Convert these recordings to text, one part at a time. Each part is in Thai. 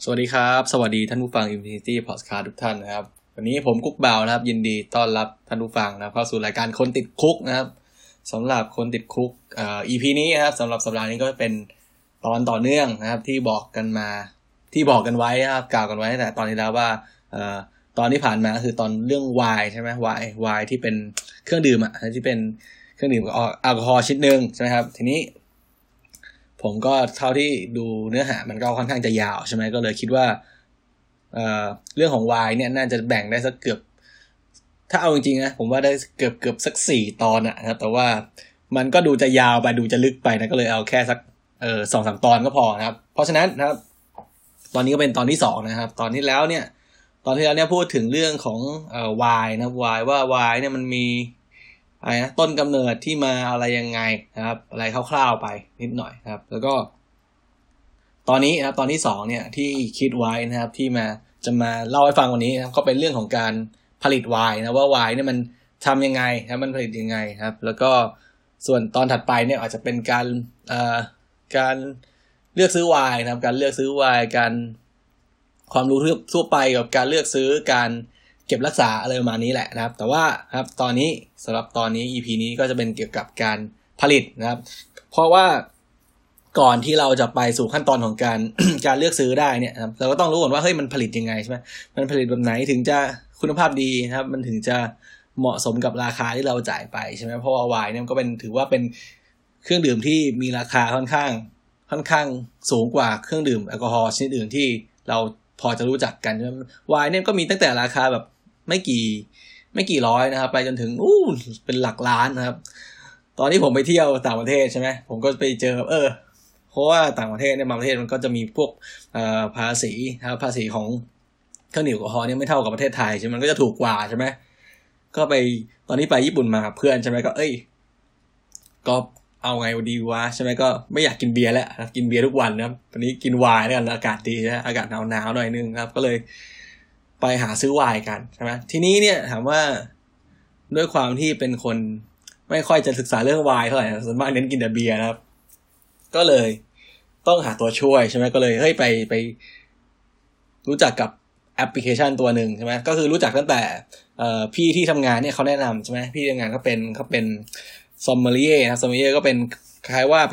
สวัสดีครับสวัสดีท่านผู้ฟัง Infinity Podcast ทุกท่านนะครับวันนี้ผมกุ๊กบ่าวนะครับยินดีต้อนรับท่านผู้ฟังนะครับเข้าสู่รายการคนติดคุกนะครับสำหรับคนติดคุกEP นี้นะครับสำหรับสัปดาห์นี้ก็เป็นตอนต่อเนื่องนะครับที่บอกกันไว้นะครับกล่าวกันไว้ตั้งแต่ตอนที่แล้วว่าตอนที่ผ่านมาคือตอนเรื่องไวน์ใช่ไหมไวน์ที่เป็นเครื่องดื่มที่เป็นเครื่องดื่มแอลกอฮอล์ชนิดนึงใช่ไหมครับทีนี้ผมก็เท่าที่ดูเนื้อหามันก็ค่อนข้างจะยาวใช่ไหมก็เลยคิดว่าเรื่องของไวน์เนี่ยน่าจะแบ่งได้สักเกือบถ้าเอาจริงๆนะผมว่าได้เกือบสัก4 ตอนนะครับแต่ว่ามันก็ดูจะยาวไปดูจะลึกไปนะก็เลยเอาแค่สัก2-3 ตอนก็พอนะครับเพราะฉะนั้นนะครับตอนนี้ก็เป็นตอนที่2นะครับตอนที่แล้วเนี่ยพูดถึงเรื่องของไวน์นะว่าไวน์เนี่ยมันมีอะไรนะต้นกำเนิดที่มาอะไรยังไงนะครับอะไรคร่าวๆไปนิดหน่อยนะครับแล้วก็ตอนนี้นะครับตอนที่2เนี่ยที่คิดไว้นะครับที่จะมาเล่าให้ฟังวันนี้นะครับก็เป็นเรื่องของการผลิตไวน์นะว่าไวน์เนี่ยมันทำยังไงนะมันผลิตยังไงครับแล้วก็ส่วนตอนถัดไปเนี่ยอาจจะเป็นการเลือกซื้อไวน์นะครับการเลือกซื้อไวน์การความรู้ทั่วไปกับการเลือกซื้อการเก็บรักษาอะไรประมาณนี้แหละนะครับแต่ว่าครับตอนนี้สำหรับตอนนี้ EP นี้ก็จะเป็นเกี่ยวกับการผลิตนะครับเพราะว่าก่อนที่เราจะไปสู่ขั้นตอนของการ การเลือกซื้อได้เนี่ยครับเราก็ต้องรู้ก่อนว่าเฮ้ยมันผลิตยังไงใช่ไหมมันผลิตแบบไหนถึงจะคุณภาพดีนะครับมันถึงจะเหมาะสมกับราคาที่เราจ่ายไปใช่ไหมเพราะว่าไวน์เนี่ยก็เป็นถือว่าเป็นเครื่องดื่มที่มีราคาค่อนข้างสูงกว่าเครื่องดื่มแอลกอฮอล์ชนิดอื่นที่เราพอจะรู้จักกันไวน์เนี่ยก็มีตั้งแต่ราคาแบบไม่กี่ร้อยนะครับไปจนถึงเป็นหลักล้านนะครับตอนที่ผมไปเที่ยวต่างประเทศใช่ไหมผมก็ไปเจอเพราะว่าต่างประเทศเนี่ยบางประเทศมันก็จะมีพวกภาษีนะครับภาษีของเครื่องดื่มแอลกอฮอล์เนี่ยไม่เท่ากับประเทศไทยใช่ไหมมันก็จะถูกกว่าใช่ไหมก็ไปตอนนี้ไปญี่ปุ่นมากับเพื่อนใช่ไหมก็เอาไงดีวะใช่ไหมก็ไม่อยากกินเบียร์แล้วกินเบียร์ทุกวันนะครับวันนี้กินไวน์แล้วกันอากาศดีนะอากาศหนาวหน่อยนึงครับก็เลยไปหาซื้อไวน์กันใช่ไหมทีนี้เนี่ยถามว่าด้วยความที่เป็นคนไม่ค่อยจะศึกษาเรื่องไวน์เท่าไหร่ส่วนมากเน้นกินแต่เบียร์นะครับก็เลยต้องหาตัวช่วยใช่ไหมก็เลยไปรู้จักกับแอปพลิเคชันตัวหนึ่งใช่ไหมก็คือรู้จักตั้งแต่พี่ที่ทำงานเนี่ยเขาแนะนำใช่ไหมพี่ทำงานเขาเป็นซอมเมลีเย่นะซอมเมลีเย่ก็เป็นคล้ายว่า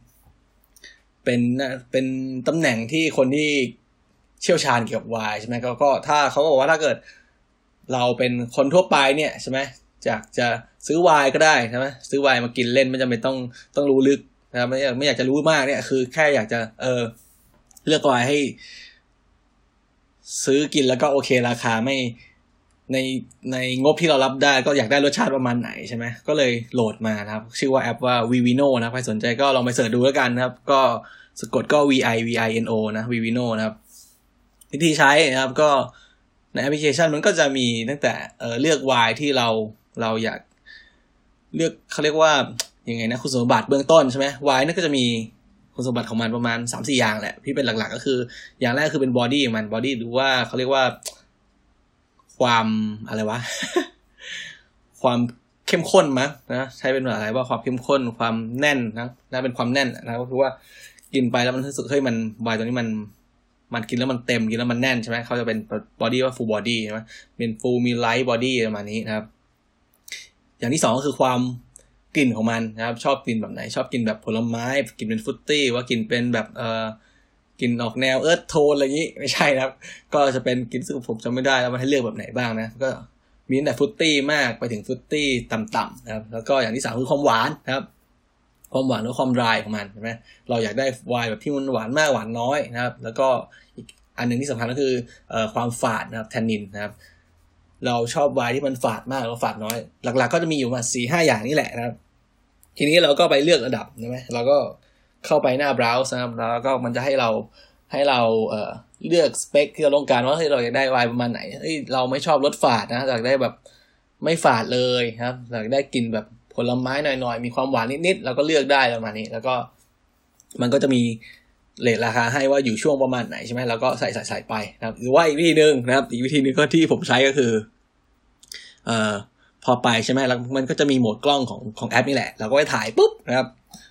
เป็นตำแหน่งที่คนที่เชี่ยวชาญเกี่ยวกับไวน์ใช่ไหมก็ถ้าเขาบอกว่าถ้าเกิดเราเป็นคนทั่วไปเนี่ยใช่ไหมจะซื้อไวน์ก็ได้ใช่ไหมซื้อไวน์มากินเล่นไม่จำเป็นต้องรู้ลึกนะครับไม่อยากจะรู้มากเนี่ยคือแค่อยากจะเลือกไวน์ให้ซื้อกินแล้วก็โอเคราคาไม่ในงบที่เรารับได้ก็อยากได้รสชาติประมาณไหนใช่ไหมก็เลยโหลดมานะครับชื่อว่าแอปว่า Vivino นะใครสนใจก็ลองไปเสิร์ชดูแล้วกันนะครับก็สะกดก็ Vivino นะ Vivino นะครับวิธีใช้นะครับก็ในแอปพลิเคชันมันก็จะมีตั้งแต่เลือกไวน์ที่เราอยากเลือกเขาเรียกว่ายังไงนะคุณสมบัติเบื้องต้นใช่ไหมไวน์นั่นก็จะมีคุณสมบัติของมันประมาณ 3-4 อย่างแหละที่เป็นหลักๆก็คืออย่างแรกคือเป็นบอดี้ของมันบอดี้หรือว่าเขาเรียกว่าความอะไรวะ ความเข้มข้นมั้งนะใช้เป็นอะไรว่าความเข้มข้นความแน่นนะเป็นความแน่นนะก็คือว่ากินไปแล้วมันรู้สึกเฮ้ยมันไวน์ตัวนี้มันกินแล้วมันเต็มกินแล้วมันแน่นใช่ไหมเขาจะเป็นบอดี้ว่า full body ใช่ไหมเป็น full มี light body ประมาณนี้นะครับอย่างที่2ก็คือความกลิ่นของมันนะครับชอบกินแบบไหนชอบกินแบบผลไม้กินเป็นฟรุตตี้ว่ากินเป็นแบบกินออกแนวเอิร์ธโทนอะไรอย่างนี้ไม่ใช่นะครับก็จะเป็นกินซึ่งผมจำไม่ได้แล้วมันให้เลือกแบบไหนบ้างนะก็มีตั้งแต่ฟรุตตี้มากไปถึงฟรุตตี้ต่ำๆนะครับแล้วก็อย่างที่3คือความหวานนะครับความหวานหรือความดรายของมันใช่ไหมเราอยากได้ไวน์แบบที่มันหวานมากหวานน้อยนะครับแล้วก็อีกอันนึงที่สำคัญก็คือความฝาดนะครับแทนนินนะครับเราชอบไวน์ที่มันฝาดมากหรือฝาดน้อยหลักๆก็จะมีอยู่มา 4-5 อย่างนี่แหละนะครับทีนี้เราก็ไปเลือกระดับใช่ไหมเราก็เข้าไปหน้า browse นะครับแล้วก็มันจะให้เราเลือกสเปคที่เราต้องการว่าเราอยากได้ไวน์ประมาณไหนเราไม่ชอบรสฝาดนะอยากได้แบบไม่ฝาดเลยครับอยากได้กินแบบผลไม้หน่อยๆมีความหวานนิดๆเราก็เลือกได้ประมาณนี้แล้วก็มันก็จะมีเรทราคาให้ว่าอยู่ช่วงประมาณไหนใช่ไหมแล้วก็ใส่ไปนะครับหรือว่าอีกวิธีนึงนะครับอีกวิธีนึงก็ที่ผมใช้ก็คือพอไปใช่ไหมแล้วมันก็จะมีโหมดกล้องของแอปนี่แหละเราก็ไปถ่ายปุ๊บนะครับ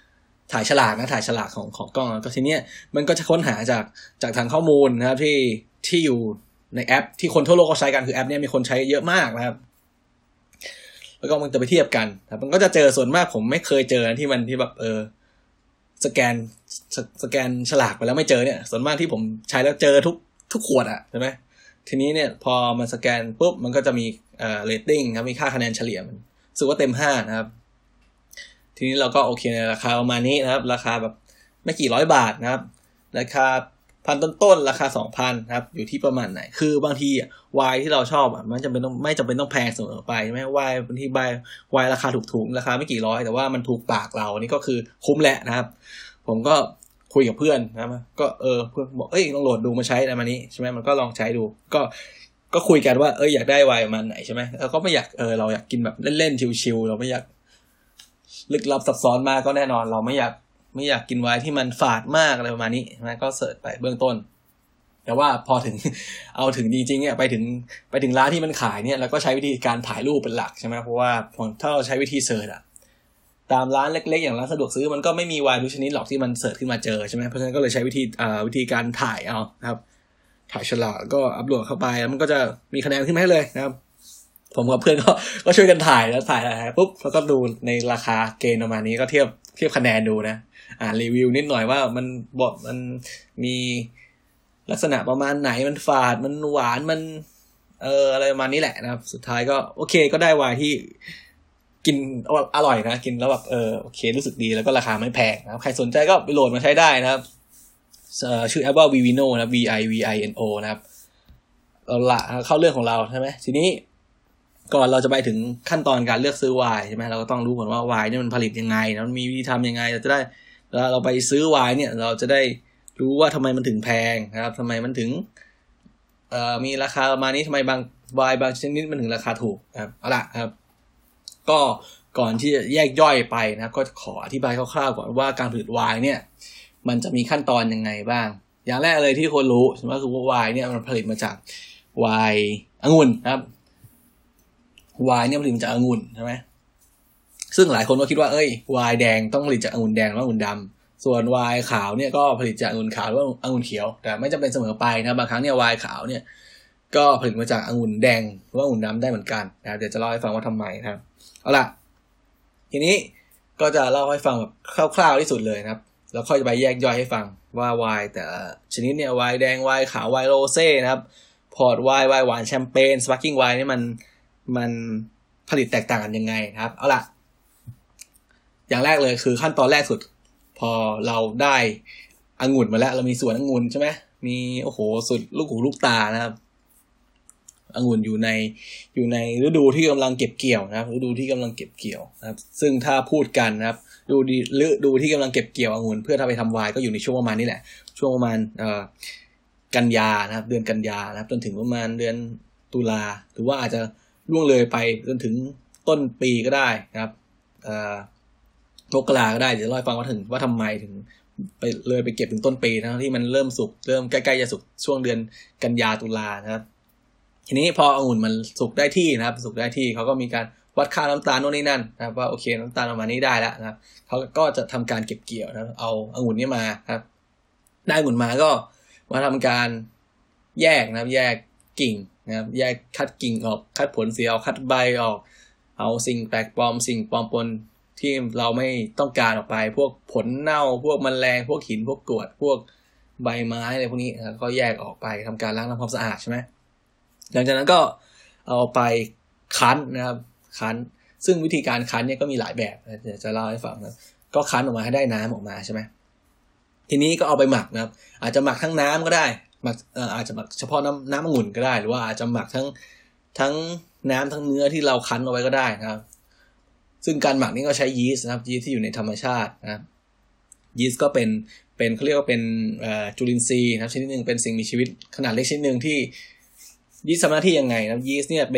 ถ่ายฉลากของกล้องก็ทีเนี้ยมันก็จะค้นหาจากทางข้อมูลนะครับที่อยู่ในแอปที่คนทั่วโลกเขาใช้กันคือแอปเนี้ยมีคนใช้เยอะมากนะครับแล้วก็มันจะไปเทียบกันครับมันก็จะเจอส่วนมากผมไม่เคยเจอที่มันที่แบบสแกนฉลากไปแล้วไม่เจอเนี่ยส่วนมากที่ผมใช้แล้วเจอทุกขวดใช่ไหมทีนี้เนี่ยพอมันสแกนปุ๊บมันก็จะมีเรตติ้งครับมีค่าคะแนนเฉลี่ยมันรู้สึกว่าเต็ม5นะครับทีนี้เราก็โอเคในราคาประมาณนี้นะครับราคาแบบไม่กี่ร้อยบาทนะครับราคาพันต้นๆราคา 2,000 นะครับอยู่ที่ประมาณไหนคือบางทีไวน์ที่เราชอบมันไม่จำเป็นต้องแพงเสมอไปใช่ไหมไวน์บางทีไวน์ราคาถูกๆราคาไม่กี่ร้อยแต่ว่ามันถูกปากเรานี่ก็คือคุ้มแหละนะครับผมก็คุยกับเพื่อนนะก็เพื่อนบอกลองโหลดดูมาใช้อะไรมานี้ใช่ไหมมันก็ลองใช้ดูก็คุยกันว่าอยากได้ไวน์ประมาณไหนใช่ไหมแล้วก็ไม่อยากเราอยากกินแบบเล่นๆชิวๆเราไม่อยากลึกลับซับซ้อนมากก็แน่นอนเราไม่อยากกินไวน์ที่มันฝาดมากอะไรประมาณนี้นะก็เสิร์ชไปเบื้องต้นแต่ว่าพอถึงเอาถึงจริงๆเนี่ยไปถึงร้านที่มันขายเนี่ยเราก็ใช้วิธีการถ่ายรูปเป็นหลักใช่ไหมเพราะว่าถ้าเราใช้วิธีเสิร์ชตามร้านเล็กๆอย่างร้านสะดวกซื้อมันก็ไม่มีไวน์ทุกชนิดหรอกที่มันเสิร์ชขึ้นมาเจอใช่ไหมเพราะฉะนั้นก็เลยใช้วิธีการถ่ายเอานะครับถ่ายฉลากก็อัปโหลดเข้าไปแล้วมันก็จะมีคะแนนขึ้นมาให้เลยนะครับผมกับเพื่อนก็ช่วยกันถ่ายแล้วถ่ายปุ๊บแล้วก็ดูในราคาเกณฑ์ประมาณนี้ก็เทียบคะแนนดูนะรีวิวนิดหน่อยว่ามันมีลักษณะประมาณไหนมันฝาดมันหวานมันอะไรประมาณนี้แหละนะครับสุดท้ายก็โอเคก็ได้ไวน์ที่กินอร่อยนะกินแล้วแบบโอเครู้สึกดีแล้วก็ราคาไม่แพงนะครับใครสนใจก็ไปโหลดมาใช้ได้นะครับชื่อแอปว่า Vivino นะ Vivino นะครับเอาละเข้าเรื่องของเราใช่ไหมทีนี้ก่อนเราจะไปถึงขั้นตอนการเลือกซื้อไวน์ใช่ไหมเราก็ต้องรู้ก่อนว่าไวน์เนี่ยมันผลิตยังไงแล้วมันมีวิธีทำยังไงเราจะได้เราไปซื้อไวน์เนี่ยเราจะได้รู้ว่าทำไมมันถึงแพงนะครับทำไมมันถึงมีราคาประมาณนี้ทำไมบางไวน์บางชนิดมันถึงราคาถูกครับเอาล่ะครับก็ก่อนที่จะแยกย่อยไปนะก็ขออธิบายคร่าวๆก่อนว่าการผลิตไวน์เนี่ยมันจะมีขั้นตอนยังไงบ้างอย่างแรกเลยที่คนรู้ก็คือว่าไวน์เนี่ยมันผลิตมาจากไวน์องุ่นนะครับไวน์เนี่ยผลิตมาจากองุ่นใช่ไหมซึ่งหลายคนก็คิดว่าไวน์แดงต้องผลิตจากองุ่นแดงหรือองุ่นดำส่วนไวน์ขาวเนี่ยก็ผลิตจากองุ่นขาวหรือว่าองุ่นเขียวแต่ไม่จำเป็นเสมอไปนะบางครั้งเนี่ยไวน์ขาวเนี่ยก็ผลิตมาจากองุ่นแดงหรือว่าองุ่นดำได้เหมือนกันนะเดี๋ยวจะเล่าให้ฟังว่าทำไมนะครับเอาล่ะทีนี้ก็จะเล่าให้ฟังแบบคร่าวๆที่สุดเลยนะครับแล้วค่อยไปแยกย่อยให้ฟังว่าไวน์แต่ชนิดเนี่ยไวน์แดงไวน์ขาวไวน์โรเซ่นะครับพอร์ตไวน์หวานแชมเปญสปาร์กิ้งไวน์นี่มันผลิตแตกต่างกันยังไงนะครับเอาล่ะอย่างแรกเลยคือขั้นตอนแรกสุดพอเราได้องุ่นมาแล้วเรามีสวนองุ่นใช่ไหมมีโอ้โหสุดลูกหูลูกตานะครับองุ่นอยู่ในฤดูที่กำลังเก็บเกี่ยวนะครับฤดูที่กำลังเก็บเกี่ยวนะครับซึ่งถ้าพูดกันนะครับฤดูที่กำลังเก็บเกี่ยวองุ่นเพื่อทำไปทำไวน์ก็อยู่ในช่วงประมาณนี้แหละช่วงประมาณกันยานะครับเดือนกันยานะครับจนถึงประมาณเดือนตุลาหรือว่าอาจจะล่วงเลยไปจนถึงต้นปีก็ได้นะครับมกราก็ได้เดี๋ยวเล่าให้ฟังว่าทำไมถึงไปเก็บถึงต้นปีนะที่มันเริ่มสุกเริ่มใกล้ๆจะสุกช่วงเดือนกันยาตุลานะครับทีนี้พอองุ่นมันสุกได้ที่นะครับสุกได้ที่เขาก็มีการวัดค่าน้ำตาลโน่นนี่นั่นนะครับว่าโอเคน้ำตาลประมาณนี้ได้แล้วนะครับเขาก็จะทำการเก็บเกี่ยวนะเอาองุ่นนี้มาครับได้องุ่นมาก็มาทำการแยกนะครับแยกกิ่งนะครับแยกคัดกิ่งออกคัดผลเสียเอาคัดใบออกเอาสิ่งแปลกปลอมสิ่งปลอมปนที่เราไม่ต้องการออกไปพวกผลเน่าพวกแมลงพวกหินพวกกรวดพวกใบไม้อะไรพวกนี้นะก็แยกออกไปทำการล้างทำความสะอาดใช่ไหมหลังจากนั้นก็เอาไปคั้นนะครับคั้นซึ่งวิธีการคั้นเนี่ยก็มีหลายแบบเดี๋ยวจะเล่าให้ฟังนะก็คั้นออกมาให้ได้น้ำออกมาใช่ไหมทีนี้ก็เอาไปหมักนะครับอาจจะหมักทั้งน้ำก็ได้หมักอาจจะหมักเฉพาะน้ำองุ่นก็ได้หรือว่าอาจจะหมักทั้งน้ำทั้งเนื้อที่เราคั้นเอาไว้ก็ได้นะครับซึ่งการหมักนี้ก็ใช้ยีสต์นะครับยีสต์ที่อยู่ในธรรมชาตินะครับยีสต์ก็เป็นเขาเรียกว่าเป็นจุลินทรีย์นะครับชนิดนึงเป็นสิ่งมีชีวิตขนาดเล็กชนิดนึงที่ยีสต์ทำหน้าที่ยังไงนะยีสต์เนี่ย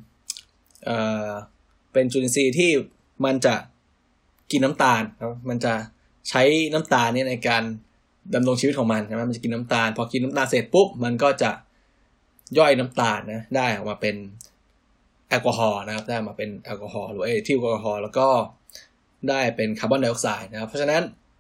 เป็นจุลินทรีย์ที่มันจะกินน้ำตาลครับมันจะใช้น้ำตาลเนี่ยในการดำรงชีวิตของมันใช่ไหมมันจะกินน้ำตาลพอกินน้ำตาลเสร็จปุ๊บมันก็จะย่อยน้ำตาลนะได้ออกมาเป็นแอลกอฮอล์นะครับได้มาเป็นแอลกอฮอล์หรือเอทิลแอลกอฮอล์แล้วก็ได้เป็นคาร์บอนไดออกไซด์นะครับเพราะฉะนั้น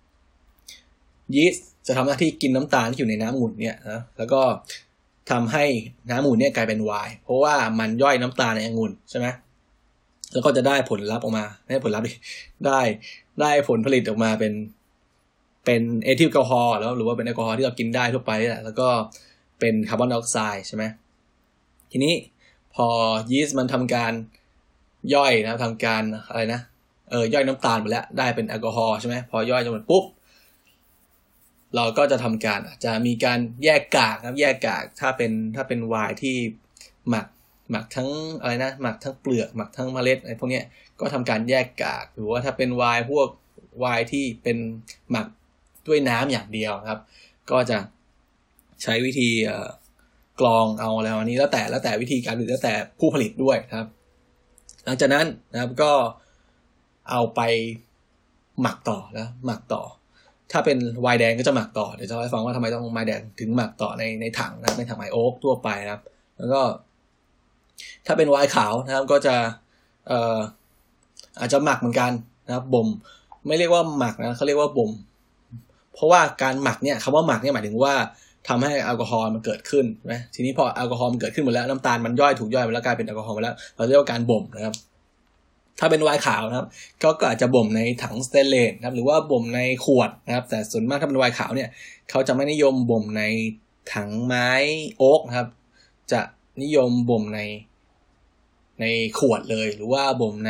ยีสต์จะทำหน้าที่กินน้ำตาลที่อยู่ในน้ำองุ่นเนี่ยนะแล้วก็ทำให้น้ำองุ่นเนี่ยกลายเป็นไวน์เพราะว่ามันย่อยน้ำตาลในองุ่นใช่ไหมแล้วก็จะได้ผลลัพธ์ออกมาไม่ใช่ผลลัพธ์ดิได้ผลผลิตออกมาเป็นเอทิลแอลกอฮอล์แล้วหรือว่าเป็นแอลกอฮอล์ที่เรากินได้ทั่วไปนี่แหละแล้วก็เป็นคาร์บอนไดออกไซด์ใช่ไหมทีนี้พอยีสต์มันทำการย่อยนะทำการอะไรนะย่อยน้ำตาลไปแล้วได้เป็นแอลกอฮอล์ใช่ไหมพอย่อยจนหมดปุ๊บเราก็จะทำการจะมีการแยกกากครับแยกกากถ้าเป็นไวน์ที่หมักทั้งอะไรนะหมักทั้งเปลือกหมักทั้งเมล็ดอะไรพวกนี้ก็ทำการแยกกากหรือว่าถ้าเป็นไวน์พวกไวน์ที่เป็นหมักด้วยน้ำอย่างเดียวครับก็จะใช้วิธีกรองเอาอะไรวันนี้แล้วแต่วิธีการผลิตแล้วแต่ผู้ผลิตด้วยครับหลังจากนั้นนะครับก็เอาไปหมักต่อนะหมักต่อถ้าเป็นไวน์แดงก็จะหมักต่อเดี๋ยวจะเล่าให้ฟังว่าทำไมต้องไวน์แดงถึงหมักต่อในถังนะในถังไวน์โอ๊กทั่วไปนะครับแล้วก็ถ้าเป็นไวน์ขาวนะครับก็จะอาจจะหมักเหมือนกันนะครับบ่มไม่เรียกว่าหมักนะเขาเรียกว่าบ่มเพราะว่าการหมักเนี่ยคำว่าหมักเนี่ยหมายถึงว่าทำให้แอลกอฮอล์มันเกิดขึ้นใช่ไหมทีนี้พอแอลกอฮอล์มันเกิดขึ้นหมดแล้วน้ำตาลมันถูกย่อยไปแล้วกลายเป็นแอลกอฮอล์ไปแล้วเราเรียกว่าการบ่มนะครับถ้าเป็นไวน์ขาวนะครับก็อาจจะบ่มในถังสเตนเลสนะครับหรือว่าบ่มในขวดนะครับแต่ส่วนมากถ้าเป็นไวน์ขาวเนี่ยเขาจะไม่นิยมบ่มในถังไม้โอ๊กนะครับจะนิยมบ่มในขวดเลยหรือว่าบ่มใน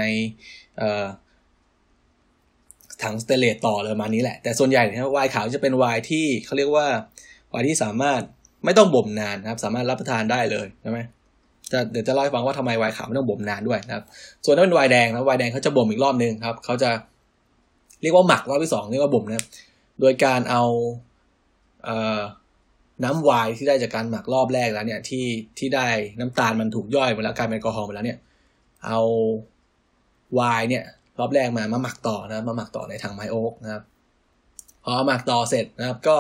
ถังสเตนเลสต่อเลยประมาณนี้แหละแต่ส่วนใหญ่นะไวน์ขาวจะเป็นไวน์ที่เขาเรียกว่าไวน์ที่สามารถไม่ต้องบ่มนานนะครับสามารถรับประทานได้เลยใช่ไหมเดี๋ยวจะเล่าให้ฟังว่าทำไมไวน์ขาวไม่ต้องบ่มนานด้วยนะครับส่วนถ้าเป็นไวน์แดงนะไวน์แดงเขาจะบ่มอีกรอบนึงครับเขาจะเรียกว่าหมักรอบที่2เรียกว่าบ่มนะโดยการเอาน้ำไวน์ที่ได้จากการหมักรอบแรกแล้วเนี่ยที่ได้น้ำตาลมันถูกย่อยไปแล้วกลายเป็นแอลกอฮอล์ไปแล้วเนี่ยเอาไวน์เนี่ยรอบแรกมาหมักต่อนะมาหมักต่อในถังไม้โอ๊กนะครับพอหมักต่อเสร็จนะครับก็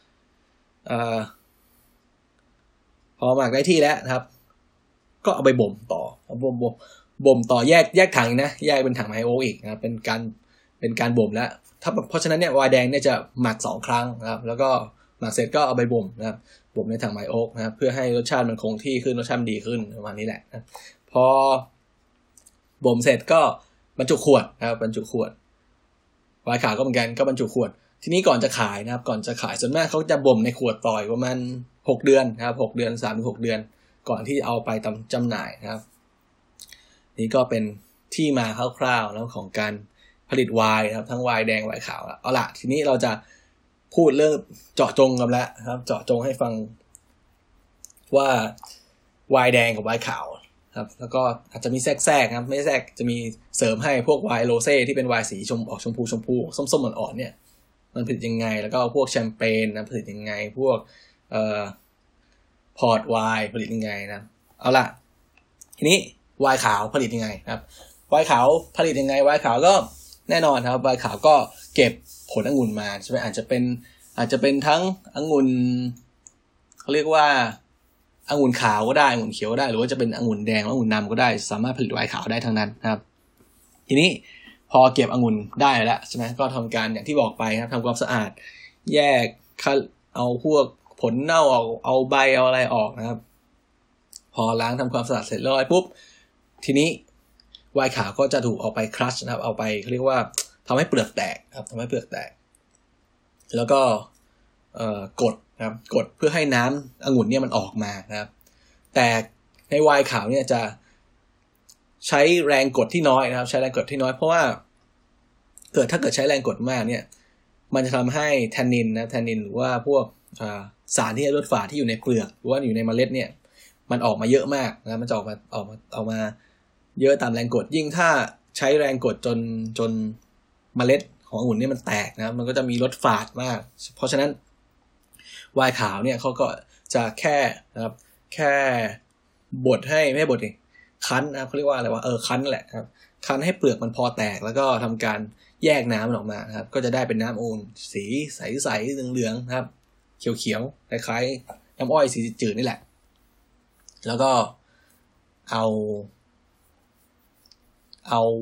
พอหมักได้ที่แล้วนะครับก็เอาไปบ่มต่อบ่มต่อแยกถังนะแยกเป็นถังไม้โอ๊กอีกนะครับเป็นการบ่มแล้วเพราะฉะนั้นเนี่ยไวน์แดงเนี่ยจะหมัก2ครั้งนะครับแล้วก็หมักเสร็จก็เอาไปบ่มนะครับบ่มในถังไม้โอ๊กนะครับเพื่อให้รสชาติมันคงที่ขึ้นรสชาติดีขึ้นประมาณนี้แหละนะพอบ่มเสร็จก็บรรจุขวดนะครับบรรจุขวดไวน์ขาวก็เหมือนกันก็บรรจุขวดทีนี้ก่อนจะขายนะครับก่อนจะขายส่วนมากเขาจะบ่มในขวดต่อประมาณ6 เดือนนะครับ6 เดือน 3-6 เดือนก่อนที่เอาไปจำหน่ายนะครับนี่ก็เป็นที่มาคร่าวๆแล้วของการผลิตไวน์นะครับทั้งไวน์แดงไวน์ขาวเอาล่ะทีนี้เราจะพูดเรื่องเจาะจงกันแล้วครับเจาะจงให้ฟังว่าไวน์แดงกับไวน์ขาวครับแล้วก็อาจจะมีแทรกครับไม่แทรกจะมีเสริมให้พวกไวน์โรเซ่ที่เป็นไวน์สีออกชมพูส้มๆอ่อนๆเนี่ยมันผลิตยังไงแล้วก็พวกแชมเปญนะผลิตยังไงพวกพอร์ตไวน์ผลิตยังไงนะเอาล่ะทีนี้ไวน์ขาวผลิตยังไงครับไวน์ขาวผลิตยังไงไวน์ขาวก็แน่นอนครับไวน์ขาวก็เก็บผลองุ่นมาใช่ไหมอาจจะเป็นทั้งองุ่นเขาเรียกว่าองุ่นขาวก็ได้องุ่นเขียวก็ได้หรือว่าจะเป็นองุ่นแดงองุ่นดำก็ได้สามารถผลิตไวน์ขาวได้ทั้งนั้นนะครับทีนี้พอเก็บองุ่นได้แล้วใช่ไหมก็ทำการอย่างที่บอกไปครับทำความสะอาดแยกเอาพวกผลเน่าออกเอาใบเอาอะไรออกนะครับพอล้างทำความสะอาดเสร็จเรียบร้อยปุ๊บทีนี้ไวน์ขาวก็จะถูกเอาไปครัชนะครับเอาไปเขาเรียกว่าทำให้เปลือกแตกครับทำให้เปลือกแตกแล้วก็กดนะครับกดเพื่อให้น้ำองุ่นเนี่ยมันออกมานะครับแต่ในไวน์ขาวเนี่ยจะใช้แรงกดที่น้อยนะครับใช้แรงกดที่น้อยเพราะว่าถ้าเกิดใช้แรงกดมากเนี่ยมันจะทำให้แทนนินหรือว่าพวกสารที่ลดฝาดที่อยู่ในเปลือกหรือว่าอยู่ในเมล็ดเนี่ยมันออกมาเยอะมากนะมันจะออกมาเยอะตามแรงกดยิ่งถ้าใช้แรงกดจนเมล็ดขององุ่นนี่มันแตกนะมันก็จะมีรสฝาดมากเพราะฉะนั้นไวน์ขาวเนี่ยเขาก็จะแค่นะครับแค่บดให้ไม่บดคั้นนะครับเขาเรียกว่าอะไรวะคั้นแหละครับคั้นให้เปลือกมันพอแตกแล้วก็ทำการแยกน้ำมันออกมานะครับก็จะได้เป็นน้ำองุ่นสีใสๆเหลืองๆนะครับเขียวๆคล้ายๆน้ำอ้อยสีจืดนี่แหละแล้วก็เอา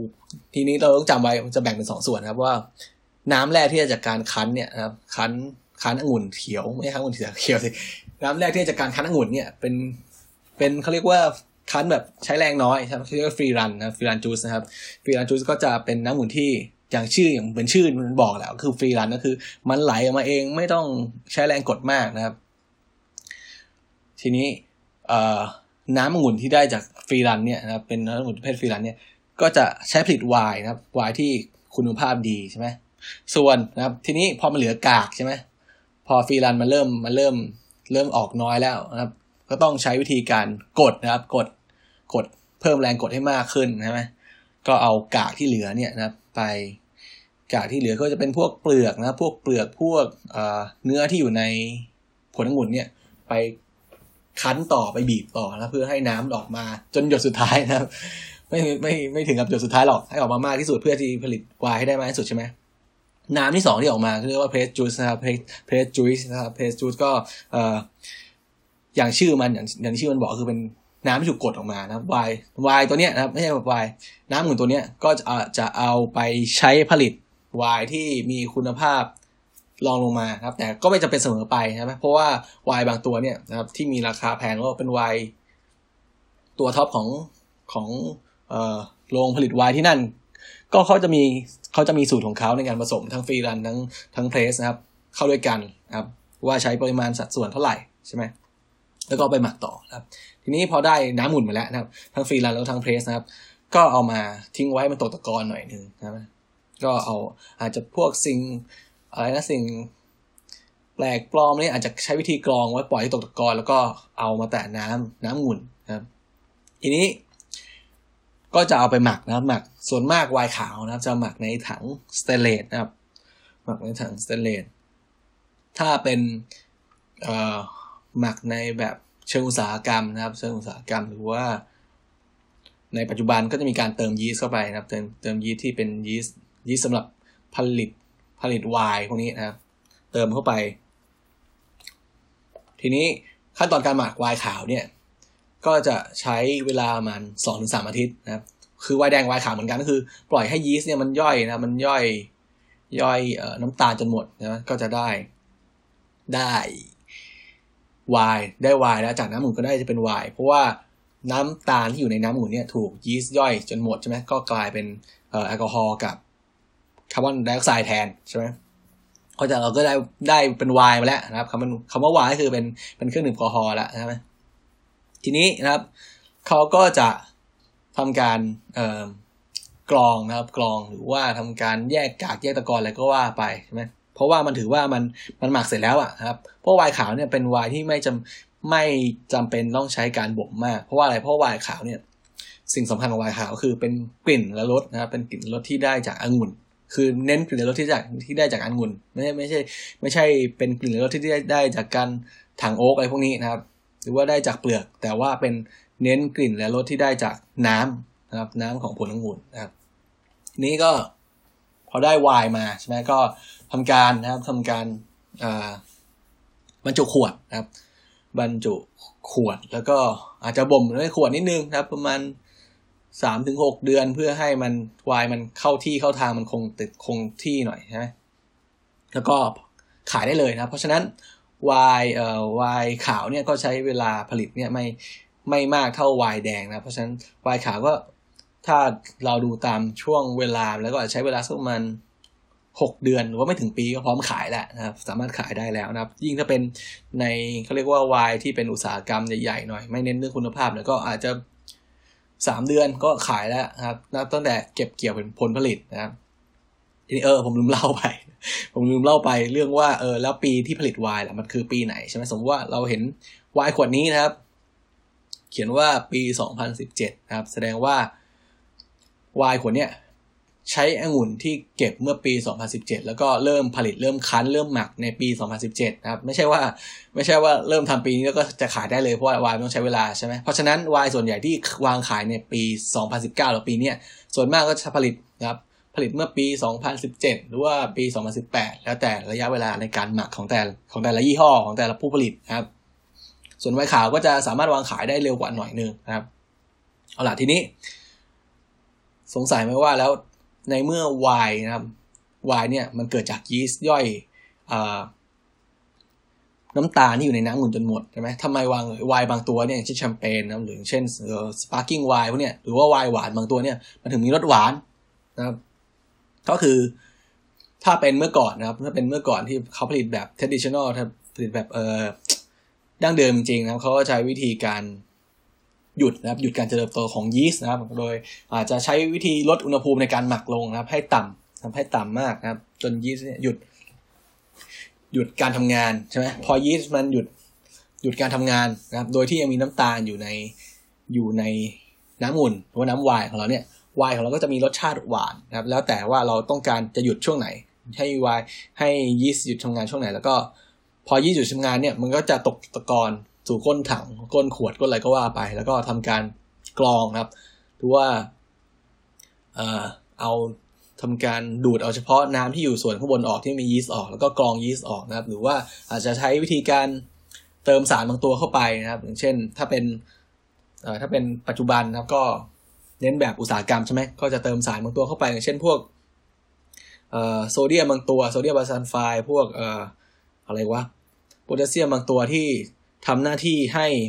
ทีนี้เราต้องจำไว้มันจะแบ่งเป็น2 ส่วนครับว่าน้ำแรกที่จะจากการคั้นเนี่ยนะครับคั้นคั้นองุ่นเขียวไม่ใช่คั้นองุ่นเขียวสิน้ำแรกที่จากการคั้นองุ่นเนี่ยเป็นเขาเรียกว่าคั้นแบบใช้แรงน้อยใช่ไหมเรียกว่าฟรีรันนะฟรีรันจูสนะครับฟรีรันจูสก็จะเป็นน้ำองุ่นที่อย่างเหมือนชื่อมันบอกแล้วคือฟรีรันก็คือมันไหลออกมาเองไม่ต้องใช้แรงกดมากนะครับทีนี้น้ำองุ่นที่ได้จากฟรีรันเนี่ยนะครับเป็นน้ำองุ่นประเภทฟรีรันเนี่ยก็จะใช้ผลิตไวน์นะครับไวน์ที่คุณภาพดีใช่ไหมส่วนนะครับทีนี้พอมันเหลือกากใช่ไหมพอฟรีรันมันเริ่มออกน้อยแล้วนะครับก็ต้องใช้วิธีการกดนะครับกดเพิ่มแรงกดให้มากขึ้นใช่ไหมก็เอากากที่เหลือเนี่ยนะครับไปกากที่เหลือก็จะเป็นพวกเปลือกนะพวกเปลือกพวกเนื้อที่อยู่ในผลองุ่นเนี่ยไปคั้นต่อไปบีบต่อนะเพื่อให้น้ำออกมาจนหยดสุดท้ายนะครับไม่ถึงกับหยดสุดท้ายหรอกให้ออกมามากที่สุดเพื่อที่ผลิตไวน์ให้ได้มากที่สุดใช่ไหมน้ำที่2ที่ออกมาเรียกว่าเพรสจูสนะครับเพรสจูสนะครับเพรสจูสก็อย่างชื่อมันอย่างชื่อมันบอกคือเป็นน้ำที่ถูกกดออกมานะไวน์ตัวเนี้ยนะครับไม่ใช่ไวน์น้ำองุ่นตัวเนี้ยก็จะเอาไปใช้ผลิตไวน์ที่มีคุณภาพรองลงมาครับแต่ก็ไม่จำเป็นเสมอไปใช่ไหมเพราะว่าไวน์บางตัวเนี่ยนะครับที่มีราคาแพงก็เป็นไวน์ตัวท็อปของโรงผลิตไวน์ที่นั่นก็เขาจะมีสูตรของเขาในการผสมทั้งฟรีรันทั้งเพรสนะครับเข้าด้วยกันนะครับว่าใช้ปริมาณสัดส่วนเท่าไหร่ใช่ไหมแล้วก็ไปหมักต่อครับทีนี้พอได้น้ำหมุนมาแล้วนะครับทั้งฟรีรันแล้วทั้งเพรสนะครับก็เอามาทิ้งไว้มันตกตะกอนหน่อยนึงนะครับก็เอาอาจจะพวกสิ่งแปลกปลอมนี่อาจจะใช้วิธีกรองไว้ปล่อยให้ตกตะกอนแล้วก็เอามาแต่น้ำองุ่นนะครับทีนี้ก็จะเอาไปหมักนะครับหมักส่วนมากไวน์ขาวนะครับจะหมักในถังสเตนเลสนะครับหมักในถังสเตนเลสถ้าเป็นหมักในแบบเชิงอุตสาหกรรมนะครับเชิงอุตสาหกรรมหรือว่าในปัจจุบันก็จะมีการเติมยีสต์เข้าไปนะครับเติมยีสต์ที่เป็นยีสต์สำหรับผลิตไวน์พวกนี้นะครับเติมเข้าไปทีนี้ขั้นตอนการหมักไวน์ขาวเนี่ยก็จะใช้เวลาประมาณ 2-3 อาทิตย์นะครับคือไวน์แดงไวน์ขาวเหมือนกันก็คือปล่อยให้ยีสต์เนี่ยมันย่อยนะมันย่อยน้ำตาลจนหมดนะก็จะได้ไวน์แล้วจากน้ำองุ่นก็ได้จะเป็นไวน์เพราะว่าน้ำตาลที่อยู่ในน้ำองุ่นเนี่ยถูกยีสต์ย่อยจนหมดใช่ไหมก็กลายเป็นแอลกอฮอล์กับคาร์บอนไดออกไซด์แทนใช่ไหมเราก็ได้เป็นไวน์มาแล้วนะครับคำว่าไวน์ก็คือเป็นเครื่องดื่มแอลกอฮอล์แล้วใช่ไหมทีนี้นะครับเขาก็จะทำการกรองนะครับกรองหรือว่าทำการแยกกากแยกตะกอนอะไรก็ว่าไปใช่ไหมเพราะว่ามันถือว่ามันหมักเสร็จแล้วอ่ะครับเพราะไวน์ขาวเนี่ยเป็นไวน์ที่ไม่จำเป็นต้องใช้การบ่มมากเพราะว่าอะไรเพราะไวน์ขาวเนี่ยสิ่งสำคัญของไวน์ขาวคือเป็นกลิ่นและรสนะครับเป็นกลิ่นรสที่ได้จากองุ่นคือเน้นกลิ่นและรสที่ได้จากองุ่นไม่ใช่เป็นกลิ่นและรสที่ได้จากการถังโอ๊กอะไรพวกนี้นะครับหรือว่าได้จากเปลือกแต่ว่าเป็นเน้นกลิ่นและรสที่ได้จากน้ำนะครับน้ำของผลองุ่นนะครับนี้ก็พอได้ไวน์มาใช่ไหมก็ทำการบรรจุขวดนะครับบรรจุขวดแล้วก็อาจจะบ่มในขวดนิดนึงนะครับประมาณ 3-6 เดือนเพื่อให้มันไวน์มันเข้าที่เข้าทางมันคงที่หน่อยใช่ไหมแล้วก็ขายได้เลยนะเพราะฉะนั้นไวน์ขาวเนี่ยก็ใช้เวลาผลิตเนี่ยไม่มากเท่าไวน์แดงนะเพราะฉะนั้นไวน์ขาวก็ถ้าเราดูตามช่วงเวลาแล้วก็ใช้เวลาสักประมาณ6 เดือนหรือว่าไม่ถึงปีก็พร้อมขายแล้วนะครับสามารถขายได้แล้วนะครับยิ่งถ้าเป็นในเขาเรียกว่าไวน์ที่เป็นอุตสาหกรรมใหญ่ๆหน่อยไม่เน้นเรื่องคุณภาพเนี่ยก็อาจจะ3 เดือนก็ขายแล้วครับนับตั้งแต่เก็บเกี่ยวเป็นผลผลิตนะครับทีนี้ผมลืมเล่าไปเรื่องว่าแล้วปีที่ผลิตไวน์ล่ะมันคือปีไหนใช่ไหมสมมติว่าเราเห็นไวน์ขวดนี้นะครับเขียนว่าปี2017นะครับแสดงว่าไวน์ขวดเนี้ยใช้องุ่นที่เก็บเมื่อปี2017แล้วก็เริ่มผลิตเริ่มคั้นเริ่มหมักในปี2017นะครับไม่ใช่ว่าเริ่มทำปีนี้แล้วก็จะขายได้เลยเพราะว่าไวน์ต้องใช้เวลาใช่ไหมเพราะฉะนั้นไวน์ส่วนใหญ่ที่วางขายในปี2019หรือปีนี้ส่วนมากก็จะผลิตนะครับผลิตเมื่อปี2017หรือว่าปี2018แล้วแต่ระยะเวลาในการหมักของแต่ละยี่ห้อของแต่ละผู้ผลิตนะครับส่วนไวน์ขาวก็จะสามารถวางขายได้เร็วกว่าหน่อยนึงนะครับเอาล่ะทีนี้สงสัยไหมว่าแล้วในเมื่อไวน์นะครับไวน์เนี่ยมันเกิดจากยีสต์ย่อยน้ำตาลที่อยู่ในน้ำองุ่นจนหมดใช่ไหมทำไมไวน์บางตัวเนี่ยอย่างเช่นแชมเปญนะหรือเช่นสปาร์กิ้งไวน์พวกเนี้ยหรือว่าไวน์หวานบางตัวเนี่ยมันถึงมีรสหวานนะครับก็คือถ้าเป็นเมื่อก่อนนะครับถ้าเป็นเมื่อก่อนที่เขาผลิตแบบ traditional ผลิตแบบดั้งเดิมจริงๆนะครับเขาก็ใช้วิธีการหยุดการเจริญเติบโตของยีสต์นะครับโดยอาจจะใช้วิธีลดอุณหภูมิในการหมักลงนะครับให้ต่ำมากนะครับจนยีสต์เนี่ยหยุดการทำงานใช่ไหมพอยีสต์มันหยุดการทำงานนะครับโดยที่ยังมีน้ำตาลอยู่ในน้ำองุ่นหรือว่าน้ำไวน์ของเราเนี่ยไวน์ของเราก็จะมีรสชาติหวานนะครับแล้วแต่ว่าเราต้องการจะหยุดช่วงไหนให้ยีสต์หยุดทำงานช่วงไหนแล้วก็พอยีสต์หยุดทำงานเนี่ยมันก็จะตกตะกอนสู่ก้นถังก้นขวดก้นอะไรก็ว่าไปแล้วก็ทำการกรองครับหรือว่าเอาทำการดูดเอาเฉพาะน้ำที่อยู่ส่วนข้างบนออกที่มียีสต์ออกแล้วก็กรองยีสต์ออกนะครับหรือว่าอาจจะใช้วิธีการเติมสารบางตัวเข้าไปนะครับอย่างเช่นถ้าเป็นปัจจุบันนะครับก็เน้นแบบอุตสาหกรรมใช่ไหมก็จะเติมสารบางตัวเข้าไปอย่างเช่นพวกโซเดียมบางตัวโซเดียมไบซัลไฟด์พวกอะไรวะโพแทสเซียมบางตัวที่ทำหน้าที่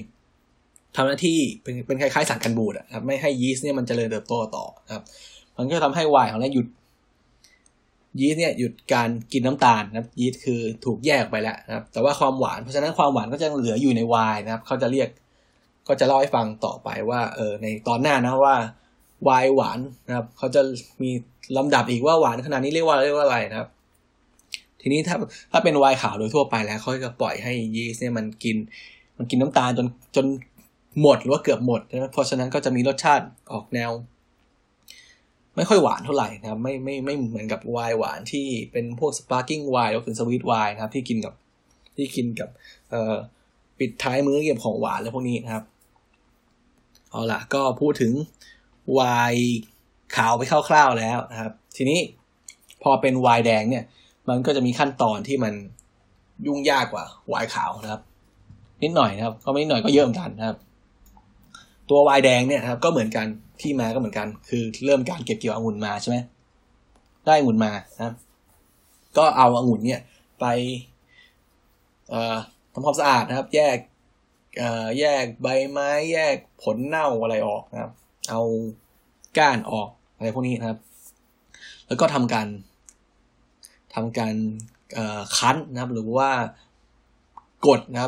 เป็นคล้ายๆสารกันบูดครับไม่ให้ยีสต์เนี่ยมันเจริญเติบโตต่อนะครับมันก็ทำให้ไวน์ของเราหยุดยีสต์เนี่ยหยุดการกินน้ำตาลนะครับยีสต์คือถูกแยกไปแล้วนะครับแต่ว่าความหวานเพราะฉะนั้นความหวานก็จะเหลืออยู่ในไวน์นะครับเขาจะเล่าให้ฟังต่อไปว่าในตอนหน้านะว่าไวน์หวานนะครับเขาจะมีลำดับอีกว่าหวานขนาดนี้เรียกว่าอะไรนะครับทีนี้ถ้าเป็นไวน์ขาวโดยทั่วไปแล้วเขาจะปล่อยให้ยีสต์เนี่ยมันกินน้ำตาลจนหมดหรือว่าเกือบหมดนะเพราะฉะนั้นก็จะมีรสชาติออกแนวไม่ค่อยหวานเท่าไหร่นะครับไม่เหมือนกับไวน์หวานที่เป็นพวกสปาร์กิ้งไวน์หรือเป็นสวีทไวน์นะครับที่กินกับปิดท้ายมื้อเกี่ยวกับของหวานอะไรพวกนี้นะครับเอาล่ะก็พูดถึงไวน์ขาวไปคร่าวๆแล้วนะครับทีนี้พอเป็นไวน์แดงเนี่ยมันก็จะมีขั้นตอนที่มันยุ่งยากกว่าไวน์ขาวนะครับนิดหน่อยนะครับก็ไม่นิดหน่อยก็เยอะเหมือนกันนะครับตัวไวน์แดงเนี่ยนะครับก็เหมือนกันที่มาก็เหมือนกันคือเริ่มการเก็บเกี่ยวองุ่นมาใช่ไหมได้องุ่นมานะก็เอาองุ่นเนี่ยไปทำความสะอาดนะครับแยกใบไม้แยกผลเน่าอะไรออกนะครับเอาก้านออกอะไรพวกนี้นะครับแล้วก็ทำการคั้นนะครับหรือว่ากดนะครับ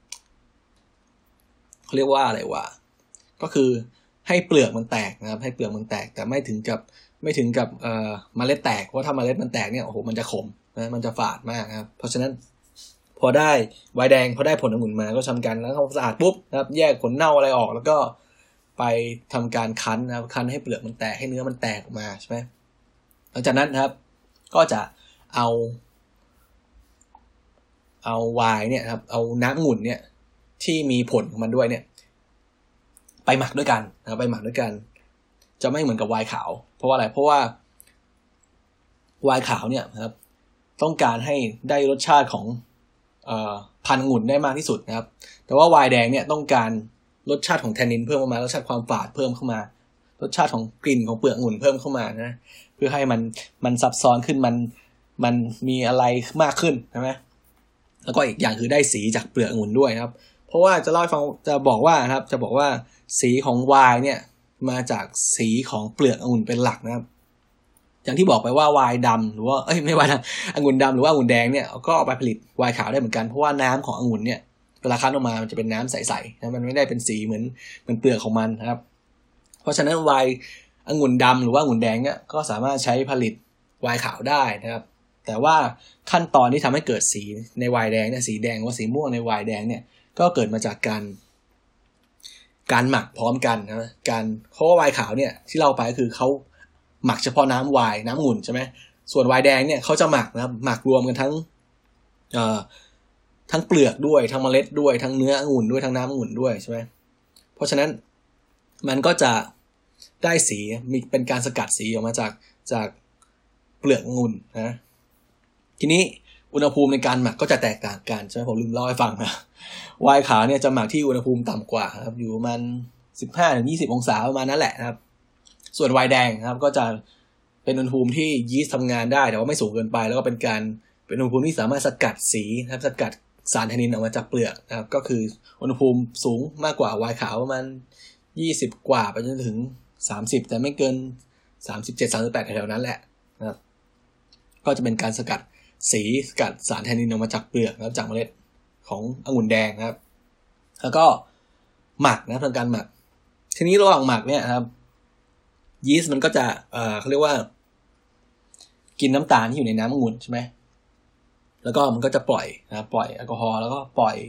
เขาเรียกว่าอะไรวะก็คือให้เปลือกมันแตกนะครับให้เปลือกมันแตกแต่ไม่ถึงกับเมล็ดแตกเพราะถ้าเมล็ดมันแตกเนี่ยโอ้โหมันจะขมนะมันจะฝาดมากนะครับเพราะฉะนั้นพอได้ไวน์แดงพอได้ผลองุ่นมาก็ทำการแล้วทำความสะอาดปุ๊บนะครับแยกผลเน่าอะไรออกแล้วก็ไปทำการคั้นนะครับคั้นให้เปลือกมันแตกให้เนื้อมันแตกออกมาใช่ไหมหลังจากนั้นนะครับก็จะเอาไวน์เนี่ยครับเอาน้ำองุ่นเนี่ยที่มีผลของมันด้วยเนี่ยไปหมักด้วยกันนะครับไปหมักด้วยกันจะไม่เหมือนกับไวน์ขาวเพราะว่าอะไรเพราะว่าไวน์ขาวเนี่ยนะครับต้องการให้ได้รสชาติของพันธุ์องุ่นได้มากที่สุดนะครับแต่ว่าไวน์แดงเนี่ยต้องการรสชาติของแทนนินเพิ่มเข้ามารสชาติความฝาดเพิ่มเข้ามารสชาติของกลิ่นของเปลือกองุ่นเพิ่มเข้ามานะเพื่อให้มันซับซ้อนขึ้นมันมีอะไรมากขึ้นใช่ไหมแล้วก็อีกอย่างคือได้สีจากเปลือกองุ่นด้วยนะครับเพราะว่าจะเล่าให้ฟังจะบอกว่าสีของไวน์เนี่ยมาจากสีของเปลือกองุ่นเป็นหลักนะครับอย่างที่บอกไปว่าไวน์ดำหรือว่าไม่ไวน์ดำองุ่นดำหรือว่าองุ่นแดงเนี่ยก็เอาไปผลิตไวน์ขาวได้เหมือนกันเพราะว่าน้ำขององุ่นเนี่ยเวลาคั้นออกมามันจะเป็นน้ำใสๆนะมันไม่ได้เป็นสีเหมือนเปลือกของมันนะครับเพราะฉะนั้นไวน์องุ่นดำหรือว่าองุ่นแดงเนี่ยก็สามารถใช้ผลิตไวน์ขาวได้นะครับแต่ว่าขั้นตอนที่ทำให้เกิดสีในไวน์แดงเนี่ยสีแดงว่าสีม่วงในไวน์แดงเนี่ยก็เกิดมาจากการหมักพร้อมกันนะเพราะว่าไวน์ขาวเนี่ยที่เราไปก็คือเขาหมักเฉพาะน้ำไวน์น้ำองุ่นใช่ไหมส่วนไวน์แดงเนี่ยเขาจะหมักนะครับหมักรวมกันทั้งเปลือกด้วยทั้งเมล็ดด้วยทั้งเนื้อองุ่นด้วยทั้งน้ำองุ่นด้วยใช่ไหมเพราะฉะนั้นมันก็จะได้สีมีเป็นการสกัดสีออกมาจากเปลือกองุ่นนะทีนี้อุณหภูมิในการหมักก็จะแตกต่างกันใช่ไหมผมลืมเล่าให้ฟังนะไวน์ขาวเนี่ยจะหมักที่อุณหภูมิต่ำกว่าครับอยู่ประมาณ 15-20 องศาประมาณนั้นแหละนะครับส่วนไวน์แดงนะครับก็จะเป็นอุณหภูมิที่ยีสต์ทำงานได้แต่ว่าไม่สูงเกินไปแล้วก็เป็นอุณหภูมิที่สามารถสกัดสีนะครับสสารแทนนินออกมาจากเปลือกนะครับก็คืออุณหภูมิสูงมากกว่าไวน์ขาวประมาณ20กว่าไปจนถึง30แต่ไม่เกิน37 38แถวๆนั้นแหละนะครับก็จะเป็นการสกัดสีสกัดสารแทนนินออกมาจากเปลือกนะครับจากเมล็ดขององุ่นแดงนะครับแล้วก็หมักนะทำการหมักทีนี้ระหว่างหมักเนี่ยครับยีสต์มันก็จะเขาเรียกว่ากินน้ำตาลที่อยู่ในน้ำองุ่นใช่ไหมแล้วก็มันก็จะปล่อยนะปล่อยแอลกอฮอล์แล้วก็ปล่อย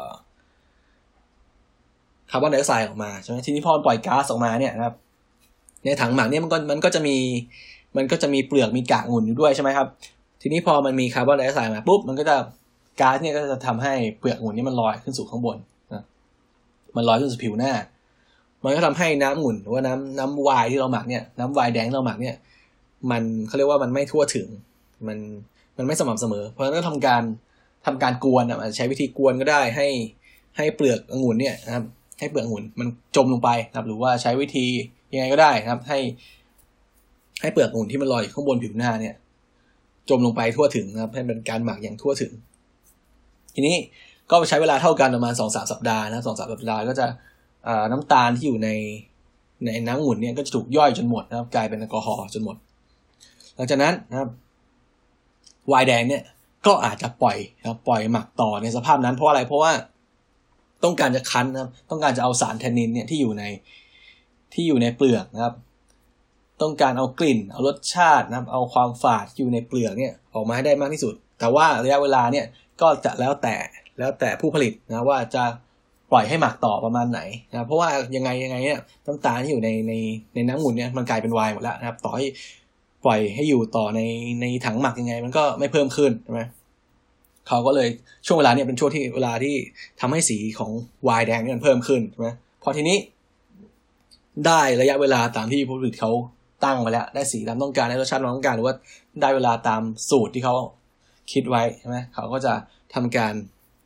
คาร์บอนไดออกไซด์ออกมาใช่ไหมทีนี้พอปล่อยก๊าซออกมาเนี่ยนะครับในถังหมักเนี่ยมันก็จะมีเปลือกมีกากองุ่นอยู่ด้วยใช่ไหมครับทีนี้พอมันมีคาร์บอนไดออกไซด์มาปุ๊บมันก็จะก๊าซเนี่ยก็จะทำให้เปลือกองุ่นนี่มันลอยขึ้นสู่ข้างบนนะมันลอยขึ้นสู่ผิวหน้ามันก็ทำให้น้ำองุ่นหรือว่าน้ำไวน์ที่เราหมักเนี่ยน้ำไวน์แดงที่เราหมักเนี่ยมันเขาเรียกว่ามันไม่ทั่วถึงมันไม่สม่ำเสมอเพราะฉะนั้นก็ทำการกวนอาจจะใช้วิธีกวนก็ได้ให้เปลือกองุ่นเนี่ยนะครับให้เปลือกองุ่นมันจมลงไปนะครับหรือว่าใช้วิธียังไงก็ได้นะครับให้เปลือกองุ่นที่มันลอยอยู่ข้างบนผิวหน้าเนี่ยจมลงไปทั่วถึงนะครับให้เป็นการหมักอย่างทั่วถึงทีนี้ก็ใช้เวลาเท่ากันประมาณ 2-3 สัปดาห์นะ 2-3 สัปดาห์ก็จะน้ำตาลที่อยู่ในน้ำองุ่นเนี่ยก็จะถูกย่อยจนหมดนะครับกลายเป็นแอลกอฮอล์จนหมดหลังจากนั้นนะครับไวน์แดงเนี่ยก็อาจจะปล่อยหมักต่อในสภาพนั้นเพราะอะไรเพราะว่าต้องการจะคั้นนะครับต้องการจะเอาสารแทนนินเนี่ยที่อยู่ในเปลือกนะครับต้องการเอากลิ่นเอารสชาตินะครับเอาความฝาดอยู่ในเปลือกเนี่ยออกมาให้ได้มากที่สุดแต่ว่าระยะเวลาเนี่ยก็จะแล้วแต่ผู้ผลิตนะว่าจะปล่อยให้หมักต่อประมาณไหนนะเพราะว่ายังไงเนี่ยน้ำตาลที่อยู่ในน้ำองุ่นเนี่ยมันกลายเป็นไวน์หมดแล้วนะครับต่อให้ปล่อยให้อยู่ต่อในถังหมักยังไงมันก็ไม่เพิ่มขึ้นใช่ไหมเขาก็เลยช่วงเวลาเนี่ยเป็นช่วงที่เวลาที่ทำให้สีของไวน์แดงเนี่ยมันเพิ่มขึ้นใช่ไหมพอทีนี้ได้ระยะเวลาตามที่ผู้ผลิตเขาตั้งไว้แล้วได้สีตามต้องการได้รสชาติตามต้องการหรือว่าได้เวลาตามสูตรที่เขาคิดไว้ใช่ไหมเขาก็จะทำการ